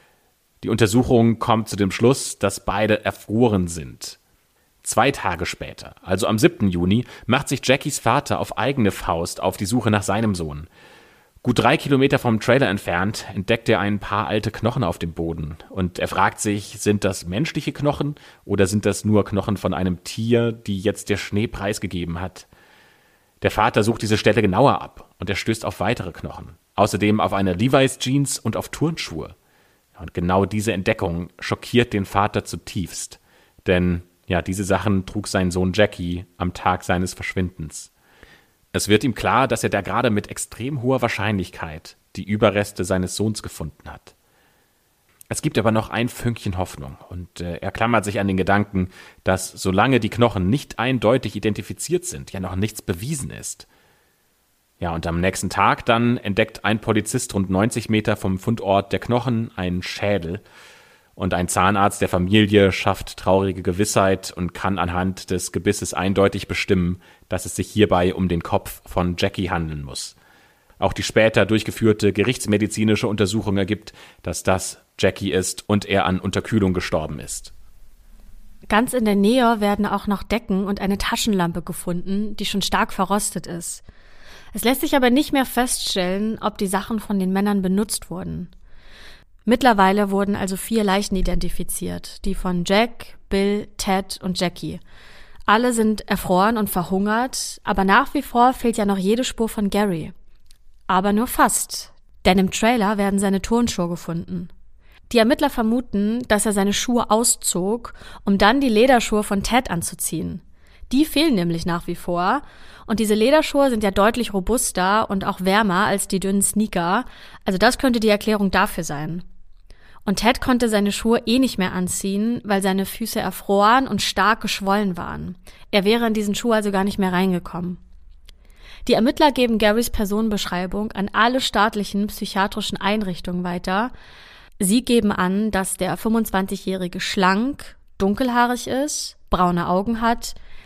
Die Untersuchung kommt zu dem Schluss, dass beide erfroren sind. Zwei Tage später, also am siebten Juni, macht sich Jackies Vater auf eigene Faust auf die Suche nach seinem Sohn. Gut drei Kilometer vom Trailer entfernt entdeckt er ein paar alte Knochen auf dem Boden. Und er fragt sich, sind das menschliche Knochen oder sind das nur Knochen von einem Tier, die jetzt der Schnee preisgegeben hat? Der Vater sucht diese Stelle genauer ab und er stößt auf weitere Knochen. Außerdem auf eine Levi's Jeans und auf Turnschuhe. Und genau diese Entdeckung schockiert den Vater zutiefst. Denn ja, diese Sachen trug sein Sohn Jackie am Tag seines Verschwindens. Es wird ihm klar, dass er da gerade mit extrem hoher Wahrscheinlichkeit die Überreste seines Sohns gefunden hat. Es gibt aber noch ein Fünkchen Hoffnung und äh, er klammert sich an den Gedanken, dass solange die Knochen nicht eindeutig identifiziert sind, ja noch nichts bewiesen ist. Ja, und am nächsten Tag dann entdeckt ein Polizist rund neunzig Meter vom Fundort der Knochen einen Schädel. Und ein Zahnarzt der Familie schafft traurige Gewissheit und kann anhand des Gebisses eindeutig bestimmen, dass es sich hierbei um den Kopf von Jackie handeln muss. Auch die später durchgeführte gerichtsmedizinische Untersuchung ergibt, dass das Jackie ist und er an Unterkühlung gestorben ist. Ganz in der Nähe werden auch noch Decken und eine Taschenlampe gefunden, die schon stark verrostet ist. Es lässt sich aber nicht mehr feststellen, ob die Sachen von den Männern benutzt wurden. Mittlerweile wurden also vier Leichen identifiziert, die von Jack, Bill, Ted und Jackie. Alle sind erfroren und verhungert, aber nach wie vor fehlt ja noch jede Spur von Gary. Aber nur fast, denn im Trailer werden seine Turnschuhe gefunden. Die Ermittler vermuten, dass er seine Schuhe auszog, um dann die Lederschuhe von Ted anzuziehen. Die fehlen nämlich nach wie vor und diese Lederschuhe sind ja deutlich robuster und auch wärmer als die dünnen Sneaker, also das könnte die Erklärung dafür sein. Und Ted konnte seine Schuhe eh nicht mehr anziehen, weil seine Füße erfroren und stark geschwollen waren. Er wäre in diesen Schuh also gar nicht mehr reingekommen. Die Ermittler geben Garys Personenbeschreibung an alle staatlichen psychiatrischen Einrichtungen weiter. Sie geben an, dass der fünfundzwanzigjährige schlank, dunkelhaarig ist, braune Augen hat,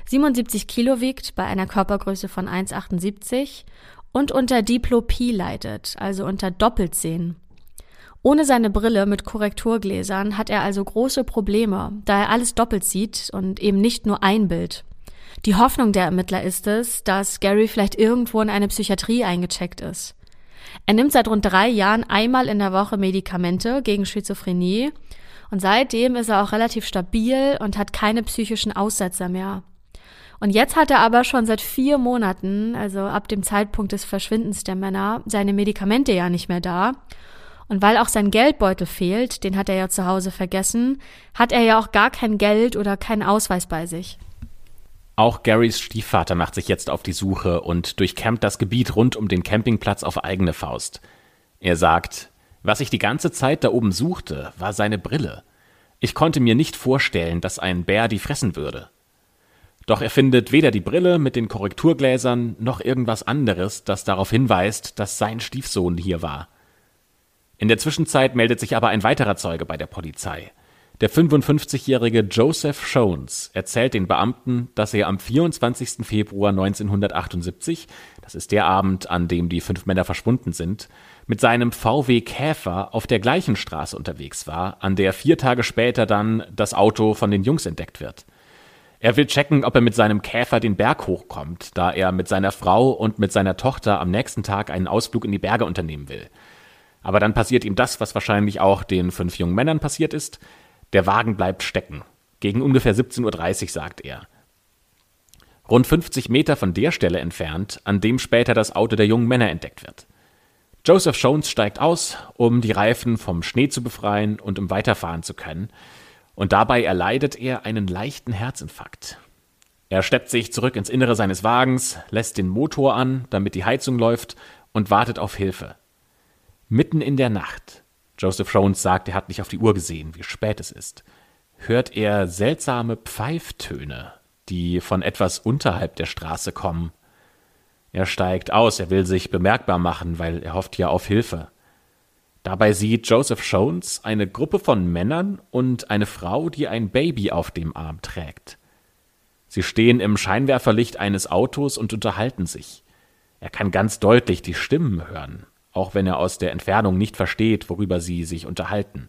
siebenundsiebzig Kilo wiegt, bei einer Körpergröße von eins Komma achtundsiebzig und unter Diplopie leidet, also unter Doppelsehen. Ohne seine Brille mit Korrekturgläsern hat er also große Probleme, da er alles doppelt sieht und eben nicht nur ein Bild. Die Hoffnung der Ermittler ist es, dass Gary vielleicht irgendwo in eine Psychiatrie eingecheckt ist. Er nimmt seit rund drei Jahren einmal in der Woche Medikamente gegen Schizophrenie und seitdem ist er auch relativ stabil und hat keine psychischen Aussetzer mehr. Und jetzt hat er aber schon seit vier Monaten, also ab dem Zeitpunkt des Verschwindens der Männer, seine Medikamente ja nicht mehr da. Und weil auch sein Geldbeutel fehlt, den hat er ja zu Hause vergessen, hat er ja auch gar kein Geld oder keinen Ausweis bei sich. Auch Garys Stiefvater macht sich jetzt auf die Suche und durchkämmt das Gebiet rund um den Campingplatz auf eigene Faust. Er sagt, was ich die ganze Zeit da oben suchte, war seine Brille. Ich konnte mir nicht vorstellen, dass ein Bär die fressen würde. Doch er findet weder die Brille mit den Korrekturgläsern noch irgendwas anderes, das darauf hinweist, dass sein Stiefsohn hier war. In der Zwischenzeit meldet sich aber ein weiterer Zeuge bei der Polizei. Der fünfundfünfzigjährige Joseph Shones erzählt den Beamten, dass er am vierundzwanzigsten Februar neunzehnhundertachtundsiebzig, das ist der Abend, an dem die fünf Männer verschwunden sind, mit seinem V W Käfer auf der gleichen Straße unterwegs war, an der vier Tage später dann das Auto von den Jungs entdeckt wird. Er will checken, ob er mit seinem Käfer den Berg hochkommt, da er mit seiner Frau und mit seiner Tochter am nächsten Tag einen Ausflug in die Berge unternehmen will. Aber dann passiert ihm das, was wahrscheinlich auch den fünf jungen Männern passiert ist. Der Wagen bleibt stecken. Gegen ungefähr siebzehn Uhr dreißig, sagt er. Rund fünfzig Meter von der Stelle entfernt, an dem später das Auto der jungen Männer entdeckt wird. Joseph Shones steigt aus, um die Reifen vom Schnee zu befreien und um weiterfahren zu können. Und dabei erleidet er einen leichten Herzinfarkt. Er steppt sich zurück ins Innere seines Wagens, lässt den Motor an, damit die Heizung läuft, und wartet auf Hilfe. Mitten in der Nacht, Joseph Shones sagt, er hat nicht auf die Uhr gesehen, wie spät es ist, hört er seltsame Pfeiftöne, die von etwas unterhalb der Straße kommen. Er steigt aus, er will sich bemerkbar machen, weil er hofft ja auf Hilfe. Dabei sieht Joseph Shones eine Gruppe von Männern und eine Frau, die ein Baby auf dem Arm trägt. Sie stehen im Scheinwerferlicht eines Autos und unterhalten sich. Er kann ganz deutlich die Stimmen hören, auch wenn er aus der Entfernung nicht versteht, worüber sie sich unterhalten.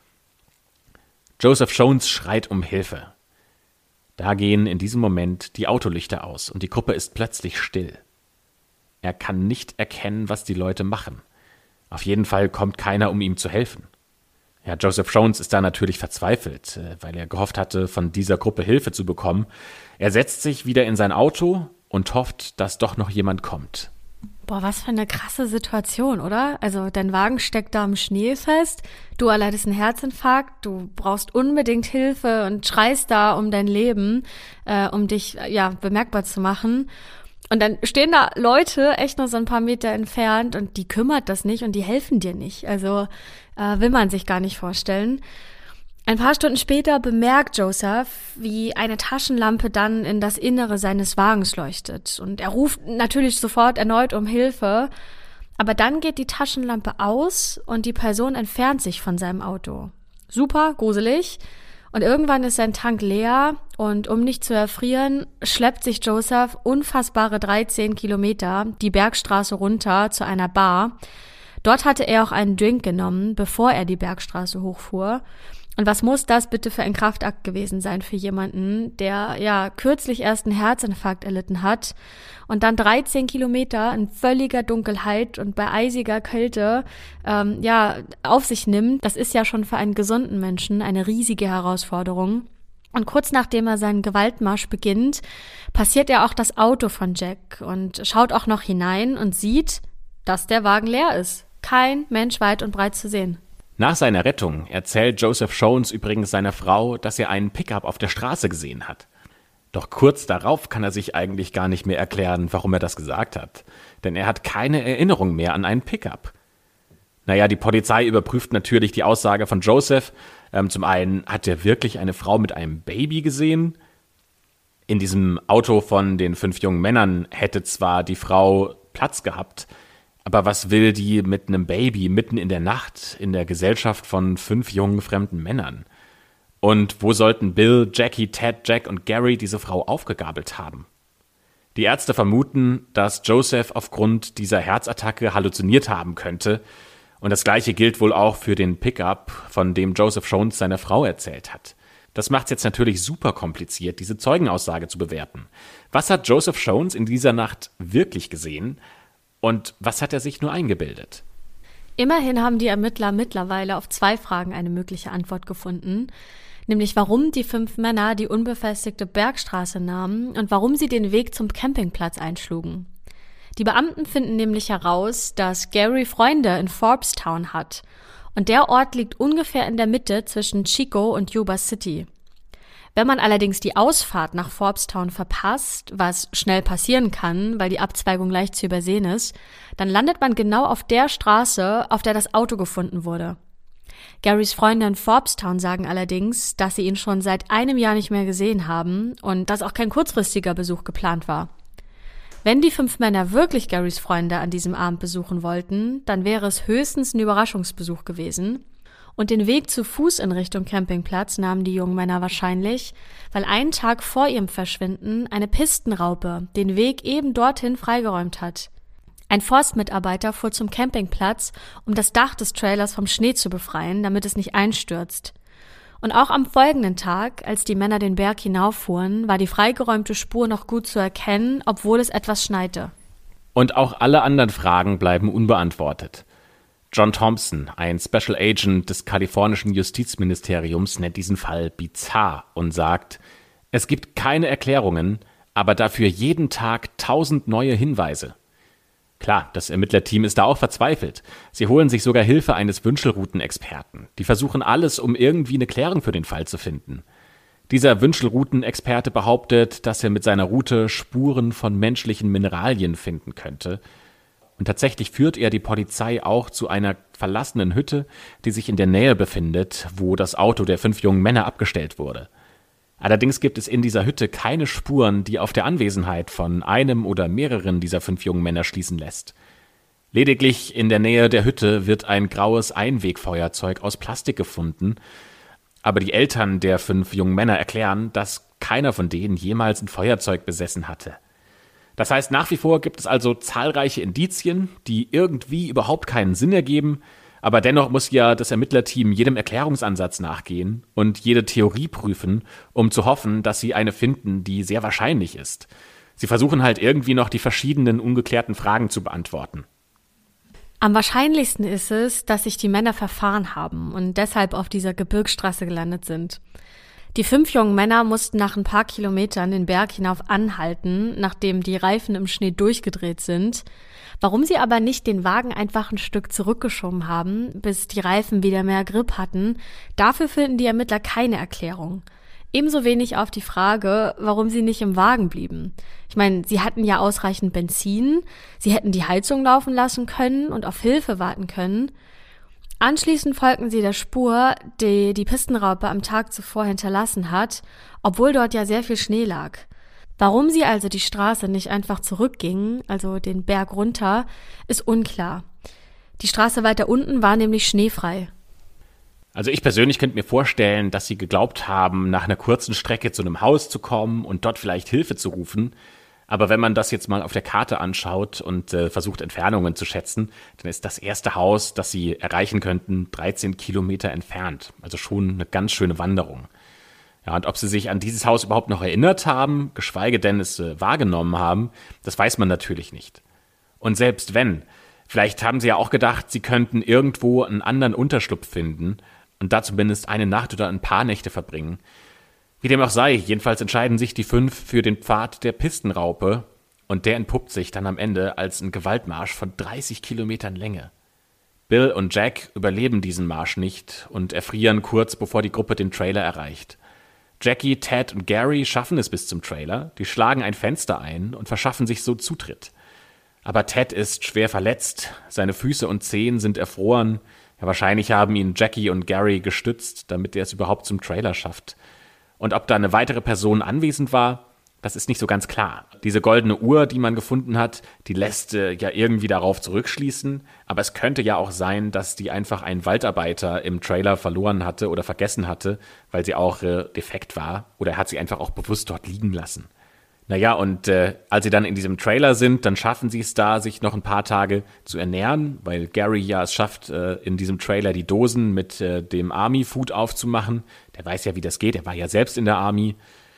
Joseph Shones schreit um Hilfe. Da gehen in diesem Moment die Autolichter aus und die Gruppe ist plötzlich still. Er kann nicht erkennen, was die Leute machen. Auf jeden Fall kommt keiner, um ihm zu helfen. Ja, Joseph Shones ist da natürlich verzweifelt, weil er gehofft hatte, von dieser Gruppe Hilfe zu bekommen. Er setzt sich wieder in sein Auto und hofft, dass doch noch jemand kommt. Boah, was für eine krasse Situation, oder? Also dein Wagen steckt da im Schnee fest, du erleidest einen Herzinfarkt, du brauchst unbedingt Hilfe und schreist da um dein Leben, äh, um dich ja bemerkbar zu machen. Und dann stehen da Leute echt nur so ein paar Meter entfernt und die kümmert das nicht und die helfen dir nicht. Also äh, will man sich gar nicht vorstellen. Ein paar Stunden später bemerkt Joseph, wie eine Taschenlampe dann in das Innere seines Wagens leuchtet. Und er ruft natürlich sofort erneut um Hilfe. Aber dann geht die Taschenlampe aus und die Person entfernt sich von seinem Auto. Super, gruselig. Und irgendwann ist sein Tank leer und um nicht zu erfrieren, schleppt sich Joseph unfassbare dreizehn Kilometer die Bergstraße runter zu einer Bar. Dort hatte er auch einen Drink genommen, bevor er die Bergstraße hochfuhr. Und was muss das bitte für ein Kraftakt gewesen sein für jemanden, der ja kürzlich erst einen Herzinfarkt erlitten hat und dann dreizehn Kilometer in völliger Dunkelheit und bei eisiger Kälte ähm, ja auf sich nimmt. Das ist ja schon für einen gesunden Menschen eine riesige Herausforderung. Und kurz nachdem er seinen Gewaltmarsch beginnt, passiert er auch das Auto von Jack und schaut auch noch hinein und sieht, dass der Wagen leer ist. Kein Mensch weit und breit zu sehen. Nach seiner Rettung erzählt Joseph Shones übrigens seiner Frau, dass er einen Pickup auf der Straße gesehen hat. Doch kurz darauf kann er sich eigentlich gar nicht mehr erklären, warum er das gesagt hat. Denn er hat keine Erinnerung mehr an einen Pickup. Naja, die Polizei überprüft natürlich die Aussage von Joseph. Ähm, zum einen, hat er wirklich eine Frau mit einem Baby gesehen? In diesem Auto von den fünf jungen Männern hätte zwar die Frau Platz gehabt, aber was will die mit einem Baby mitten in der Nacht in der Gesellschaft von fünf jungen fremden Männern? Und wo sollten Bill, Jackie, Ted, Jack und Gary diese Frau aufgegabelt haben? Die Ärzte vermuten, dass Joseph aufgrund dieser Herzattacke halluziniert haben könnte. Und das Gleiche gilt wohl auch für den Pickup, von dem Joseph Jones seiner Frau erzählt hat. Das macht es jetzt natürlich super kompliziert, diese Zeugenaussage zu bewerten. Was hat Joseph Jones in dieser Nacht wirklich gesehen und was hat er sich nur eingebildet? Immerhin haben die Ermittler mittlerweile auf zwei Fragen eine mögliche Antwort gefunden, nämlich warum die fünf Männer die unbefestigte Bergstraße nahmen und warum sie den Weg zum Campingplatz einschlugen. Die Beamten finden nämlich heraus, dass Gary Freunde in Forbes-Town hat. Und der Ort liegt ungefähr in der Mitte zwischen Chico und Yuba City. Wenn man allerdings die Ausfahrt nach Forbes-Town verpasst, was schnell passieren kann, weil die Abzweigung leicht zu übersehen ist, dann landet man genau auf der Straße, auf der das Auto gefunden wurde. Garys Freunde in Forbes-Town sagen allerdings, dass sie ihn schon seit einem Jahr nicht mehr gesehen haben und dass auch kein kurzfristiger Besuch geplant war. Wenn die fünf Männer wirklich Garys Freunde an diesem Abend besuchen wollten, dann wäre es höchstens ein Überraschungsbesuch gewesen. Und den Weg zu Fuß in Richtung Campingplatz nahmen die jungen Männer wahrscheinlich, weil einen Tag vor ihrem Verschwinden eine Pistenraupe den Weg eben dorthin freigeräumt hat. Ein Forstmitarbeiter fuhr zum Campingplatz, um das Dach des Trailers vom Schnee zu befreien, damit es nicht einstürzt. Und auch am folgenden Tag, als die Männer den Berg hinauffuhren, war die freigeräumte Spur noch gut zu erkennen, obwohl es etwas schneite. Und auch alle anderen Fragen bleiben unbeantwortet. John Thompson, ein Special Agent des kalifornischen Justizministeriums, nennt diesen Fall bizarr und sagt, es gibt keine Erklärungen, aber dafür jeden Tag tausend neue Hinweise. Klar, das Ermittlerteam ist da auch verzweifelt. Sie holen sich sogar Hilfe eines Wünschelroutenexperten. Die versuchen alles, um irgendwie eine Klärung für den Fall zu finden. Dieser Wünschelroutenexperte behauptet, dass er mit seiner Route Spuren von menschlichen Mineralien finden könnte. Und tatsächlich führt er die Polizei auch zu einer verlassenen Hütte, die sich in der Nähe befindet, wo das Auto der fünf jungen Männer abgestellt wurde. Allerdings gibt es in dieser Hütte keine Spuren, die auf der Anwesenheit von einem oder mehreren dieser fünf jungen Männer schließen lässt. Lediglich in der Nähe der Hütte wird ein graues Einwegfeuerzeug aus Plastik gefunden, aber die Eltern der fünf jungen Männer erklären, dass keiner von denen jemals ein Feuerzeug besessen hatte. Das heißt, nach wie vor gibt es also zahlreiche Indizien, die irgendwie überhaupt keinen Sinn ergeben, aber dennoch muss ja das Ermittlerteam jedem Erklärungsansatz nachgehen und jede Theorie prüfen, um zu hoffen, dass sie eine finden, die sehr wahrscheinlich ist. Sie versuchen halt irgendwie noch die verschiedenen ungeklärten Fragen zu beantworten. Am wahrscheinlichsten ist es, dass sich die Männer verfahren haben und deshalb auf dieser Gebirgsstraße gelandet sind. Die fünf jungen Männer mussten nach ein paar Kilometern den Berg hinauf anhalten, nachdem die Reifen im Schnee durchgedreht sind. Warum sie aber nicht den Wagen einfach ein Stück zurückgeschoben haben, bis die Reifen wieder mehr Grip hatten, dafür finden die Ermittler keine Erklärung. Ebenso wenig auf die Frage, warum sie nicht im Wagen blieben. Ich meine, sie hatten ja ausreichend Benzin, sie hätten die Heizung laufen lassen können und auf Hilfe warten können. Anschließend folgten sie der Spur, die die Pistenraupe am Tag zuvor hinterlassen hat, obwohl dort ja sehr viel Schnee lag. Warum sie also die Straße nicht einfach zurückgingen, also den Berg runter, ist unklar. Die Straße weiter unten war nämlich schneefrei. Also ich persönlich könnte mir vorstellen, dass sie geglaubt haben, nach einer kurzen Strecke zu einem Haus zu kommen und dort vielleicht Hilfe zu rufen. Aber wenn man das jetzt mal auf der Karte anschaut und äh, versucht, Entfernungen zu schätzen, dann ist das erste Haus, das sie erreichen könnten, dreizehn Kilometer entfernt. Also schon eine ganz schöne Wanderung. Ja, und ob sie sich an dieses Haus überhaupt noch erinnert haben, geschweige denn es äh, wahrgenommen haben, das weiß man natürlich nicht. Und selbst wenn, vielleicht haben sie ja auch gedacht, sie könnten irgendwo einen anderen Unterschlupf finden und da zumindest eine Nacht oder ein paar Nächte verbringen. Wie dem auch sei, jedenfalls entscheiden sich die fünf für den Pfad der Pistenraupe und der entpuppt sich dann am Ende als ein Gewaltmarsch von dreißig Kilometern Länge. Bill und Jack überleben diesen Marsch nicht und erfrieren kurz, bevor die Gruppe den Trailer erreicht. Jackie, Ted und Gary schaffen es bis zum Trailer, die schlagen ein Fenster ein und verschaffen sich so Zutritt. Aber Ted ist schwer verletzt, seine Füße und Zehen sind erfroren, ja, wahrscheinlich haben ihn Jackie und Gary gestützt, damit er es überhaupt zum Trailer schafft. Und ob da eine weitere Person anwesend war, Das ist nicht so ganz klar. Diese goldene Uhr, die man gefunden hat, die lässt äh, ja irgendwie darauf zurückschließen. Aber es könnte ja auch sein, dass die einfach ein Waldarbeiter im Trailer verloren hatte oder vergessen hatte, weil sie auch äh, defekt war. Oder er hat sie einfach auch bewusst dort liegen lassen. Naja, und äh, als sie dann in diesem Trailer sind, dann schaffen sie es da, sich noch ein paar Tage zu ernähren, weil Gary ja es schafft, äh, in diesem Trailer die Dosen mit äh, dem Army-Food aufzumachen. Der weiß ja, wie das geht, er war ja selbst in der Army.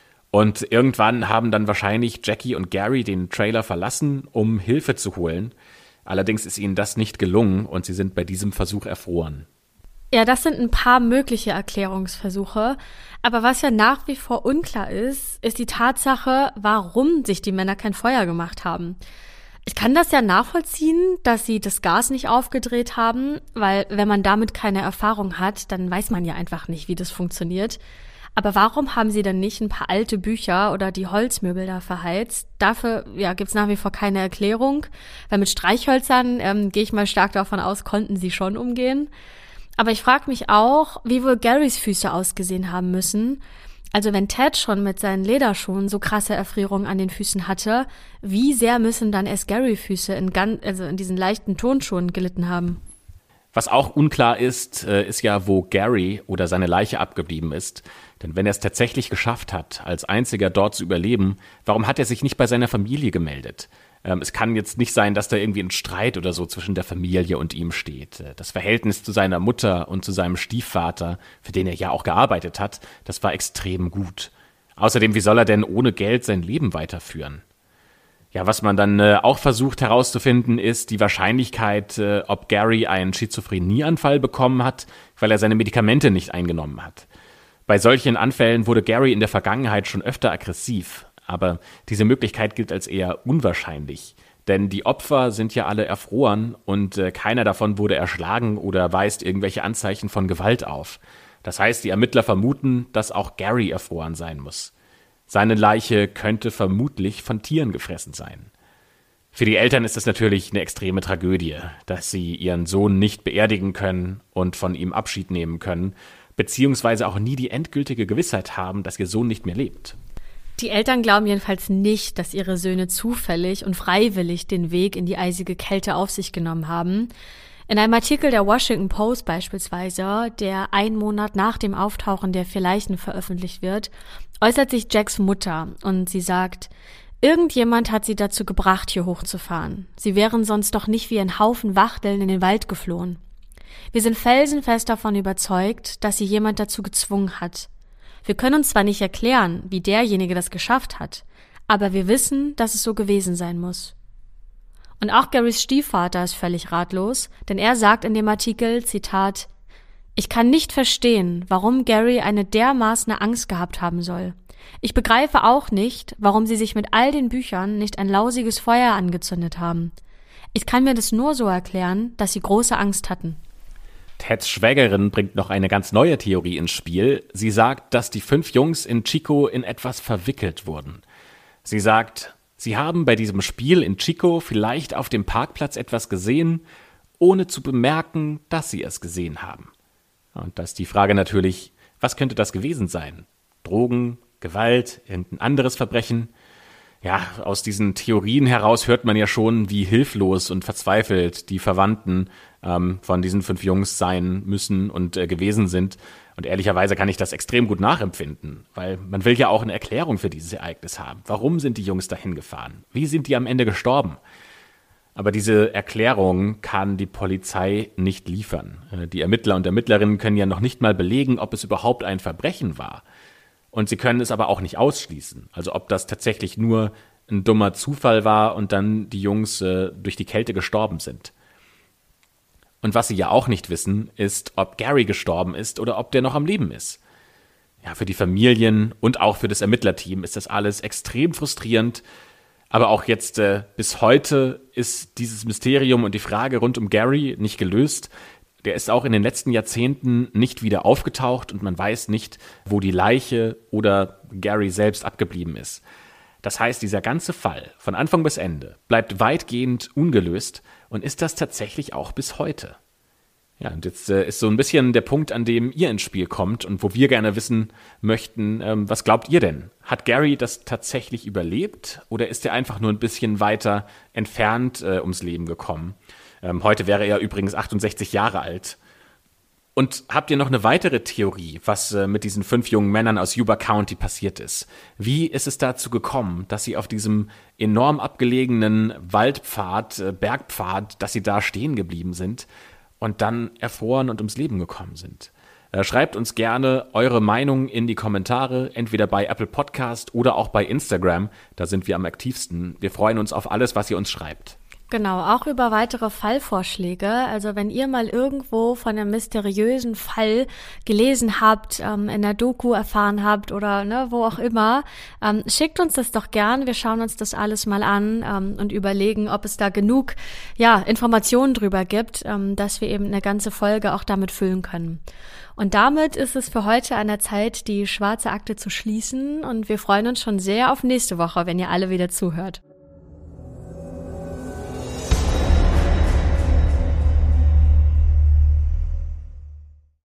Und irgendwann haben dann wahrscheinlich Jackie und Gary den Trailer verlassen, um Hilfe zu holen. Allerdings ist ihnen das nicht gelungen und sie sind bei diesem Versuch erfroren. Ja, das sind ein paar mögliche Erklärungsversuche. Aber was ja nach wie vor unklar ist, ist die Tatsache, warum sich die Männer kein Feuer gemacht haben. Ich kann das ja nachvollziehen, dass sie das Gas nicht aufgedreht haben, weil wenn man damit keine Erfahrung hat, dann weiß man ja einfach nicht, wie das funktioniert. Aber warum haben sie dann nicht ein paar alte Bücher oder die Holzmöbel da verheizt? Dafür ja, gibt's nach wie vor keine Erklärung, weil mit Streichhölzern, ähm, gehe ich mal stark davon aus, konnten sie schon umgehen. Aber ich frage mich auch, wie wohl Garys Füße ausgesehen haben müssen. Also wenn Ted schon mit seinen Lederschuhen so krasse Erfrierungen an den Füßen hatte, wie sehr müssen dann erst Gary-Füße in, gan- also in diesen leichten Tonschuhen gelitten haben? Was auch unklar ist, ist ja, wo Gary oder seine Leiche abgeblieben ist. Denn wenn er es tatsächlich geschafft hat, als einziger dort zu überleben, warum hat er sich nicht bei seiner Familie gemeldet? Ähm, es kann jetzt nicht sein, dass da irgendwie ein Streit oder so zwischen der Familie und ihm steht. Das Verhältnis zu seiner Mutter und zu seinem Stiefvater, für den er ja auch gearbeitet hat, das war extrem gut. Außerdem, wie soll er denn ohne Geld sein Leben weiterführen? Ja, was man dann äh, auch versucht herauszufinden, ist die Wahrscheinlichkeit, äh, ob Gary einen Schizophrenieanfall bekommen hat, weil er seine Medikamente nicht eingenommen hat. Bei solchen Anfällen wurde Gary in der Vergangenheit schon öfter aggressiv, aber diese Möglichkeit gilt als eher unwahrscheinlich, denn die Opfer sind ja alle erfroren und äh, keiner davon wurde erschlagen oder weist irgendwelche Anzeichen von Gewalt auf. Das heißt, die Ermittler vermuten, dass auch Gary erfroren sein muss. Seine Leiche könnte vermutlich von Tieren gefressen sein. Für die Eltern ist es natürlich eine extreme Tragödie, dass sie ihren Sohn nicht beerdigen können und von ihm Abschied nehmen können, beziehungsweise auch nie die endgültige Gewissheit haben, dass ihr Sohn nicht mehr lebt. Die Eltern glauben jedenfalls nicht, dass ihre Söhne zufällig und freiwillig den Weg in die eisige Kälte auf sich genommen haben. In einem Artikel der Washington Post beispielsweise, der einen Monat nach dem Auftauchen der vier Leichen veröffentlicht wird, äußert sich Jacks Mutter und sie sagt, irgendjemand hat sie dazu gebracht, hier hochzufahren. Sie wären sonst doch nicht wie ein Haufen Wachteln in den Wald geflohen. Wir sind felsenfest davon überzeugt, dass sie jemand dazu gezwungen hat. Wir können uns zwar nicht erklären, wie derjenige das geschafft hat, aber wir wissen, dass es so gewesen sein muss. Und auch Garys Stiefvater ist völlig ratlos, denn er sagt in dem Artikel, Zitat, ich kann nicht verstehen, warum Gary eine dermaßene Angst gehabt haben soll. Ich begreife auch nicht, warum sie sich mit all den Büchern nicht ein lausiges Feuer angezündet haben. Ich kann mir das nur so erklären, dass sie große Angst hatten. Teds Schwägerin bringt noch eine ganz neue Theorie ins Spiel. Sie sagt, dass die fünf Jungs in Chico in etwas verwickelt wurden. Sie sagt, sie haben bei diesem Spiel in Chico vielleicht auf dem Parkplatz etwas gesehen, ohne zu bemerken, dass sie es gesehen haben. Und da ist die Frage natürlich, was könnte das gewesen sein? Drogen, Gewalt, irgendein anderes Verbrechen? Ja, aus diesen Theorien heraus hört man ja schon, wie hilflos und verzweifelt die Verwandten ähm, von diesen fünf Jungs sein müssen und äh, gewesen sind. Und ehrlicherweise kann ich das extrem gut nachempfinden, weil man will ja auch eine Erklärung für dieses Ereignis haben. Warum sind die Jungs dahin gefahren? Wie sind die am Ende gestorben? Aber diese Erklärung kann die Polizei nicht liefern. Die Ermittler und Ermittlerinnen können ja noch nicht mal belegen, ob es überhaupt ein Verbrechen war. Und sie können es aber auch nicht ausschließen. Also ob das tatsächlich nur ein dummer Zufall war und dann die Jungs äh, durch die Kälte gestorben sind. Und was sie ja auch nicht wissen, ist, ob Gary gestorben ist oder ob der noch am Leben ist. Ja, für die Familien und auch für das Ermittlerteam ist das alles extrem frustrierend. Aber auch jetzt äh, bis heute ist dieses Mysterium und die Frage rund um Gary nicht gelöst. Der ist auch in den letzten Jahrzehnten nicht wieder aufgetaucht und man weiß nicht, wo die Leiche oder Gary selbst abgeblieben ist. Das heißt, dieser ganze Fall von Anfang bis Ende bleibt weitgehend ungelöst und ist das tatsächlich auch bis heute. Ja, und jetzt äh, ist so ein bisschen der Punkt, an dem ihr ins Spiel kommt und wo wir gerne wissen möchten, ähm, was glaubt ihr denn? Hat Gary das tatsächlich überlebt oder ist er einfach nur ein bisschen weiter entfernt äh, ums Leben gekommen? Ähm, heute wäre er übrigens achtundsechzig Jahre alt. Und habt ihr noch eine weitere Theorie, was äh, mit diesen fünf jungen Männern aus Yuba County passiert ist? Wie ist es dazu gekommen, dass sie auf diesem enorm abgelegenen Waldpfad, äh, Bergpfad, dass sie da stehen geblieben sind und dann erfroren und ums Leben gekommen sind? Äh, schreibt uns gerne eure Meinung in die Kommentare, entweder bei Apple Podcast oder auch bei Instagram. Da sind wir am aktivsten. Wir freuen uns auf alles, was ihr uns schreibt. Genau, auch über weitere Fallvorschläge. Also wenn ihr mal irgendwo von einem mysteriösen Fall gelesen habt, ähm, in der Doku erfahren habt oder ne, wo auch immer, ähm, schickt uns das doch gern. Wir schauen uns das alles mal an ähm, und überlegen, ob es da genug ja, Informationen drüber gibt, ähm, dass wir eben eine ganze Folge auch damit füllen können. Und damit ist es für heute an der Zeit, die schwarze Akte zu schließen. Und wir freuen uns schon sehr auf nächste Woche, wenn ihr alle wieder zuhört.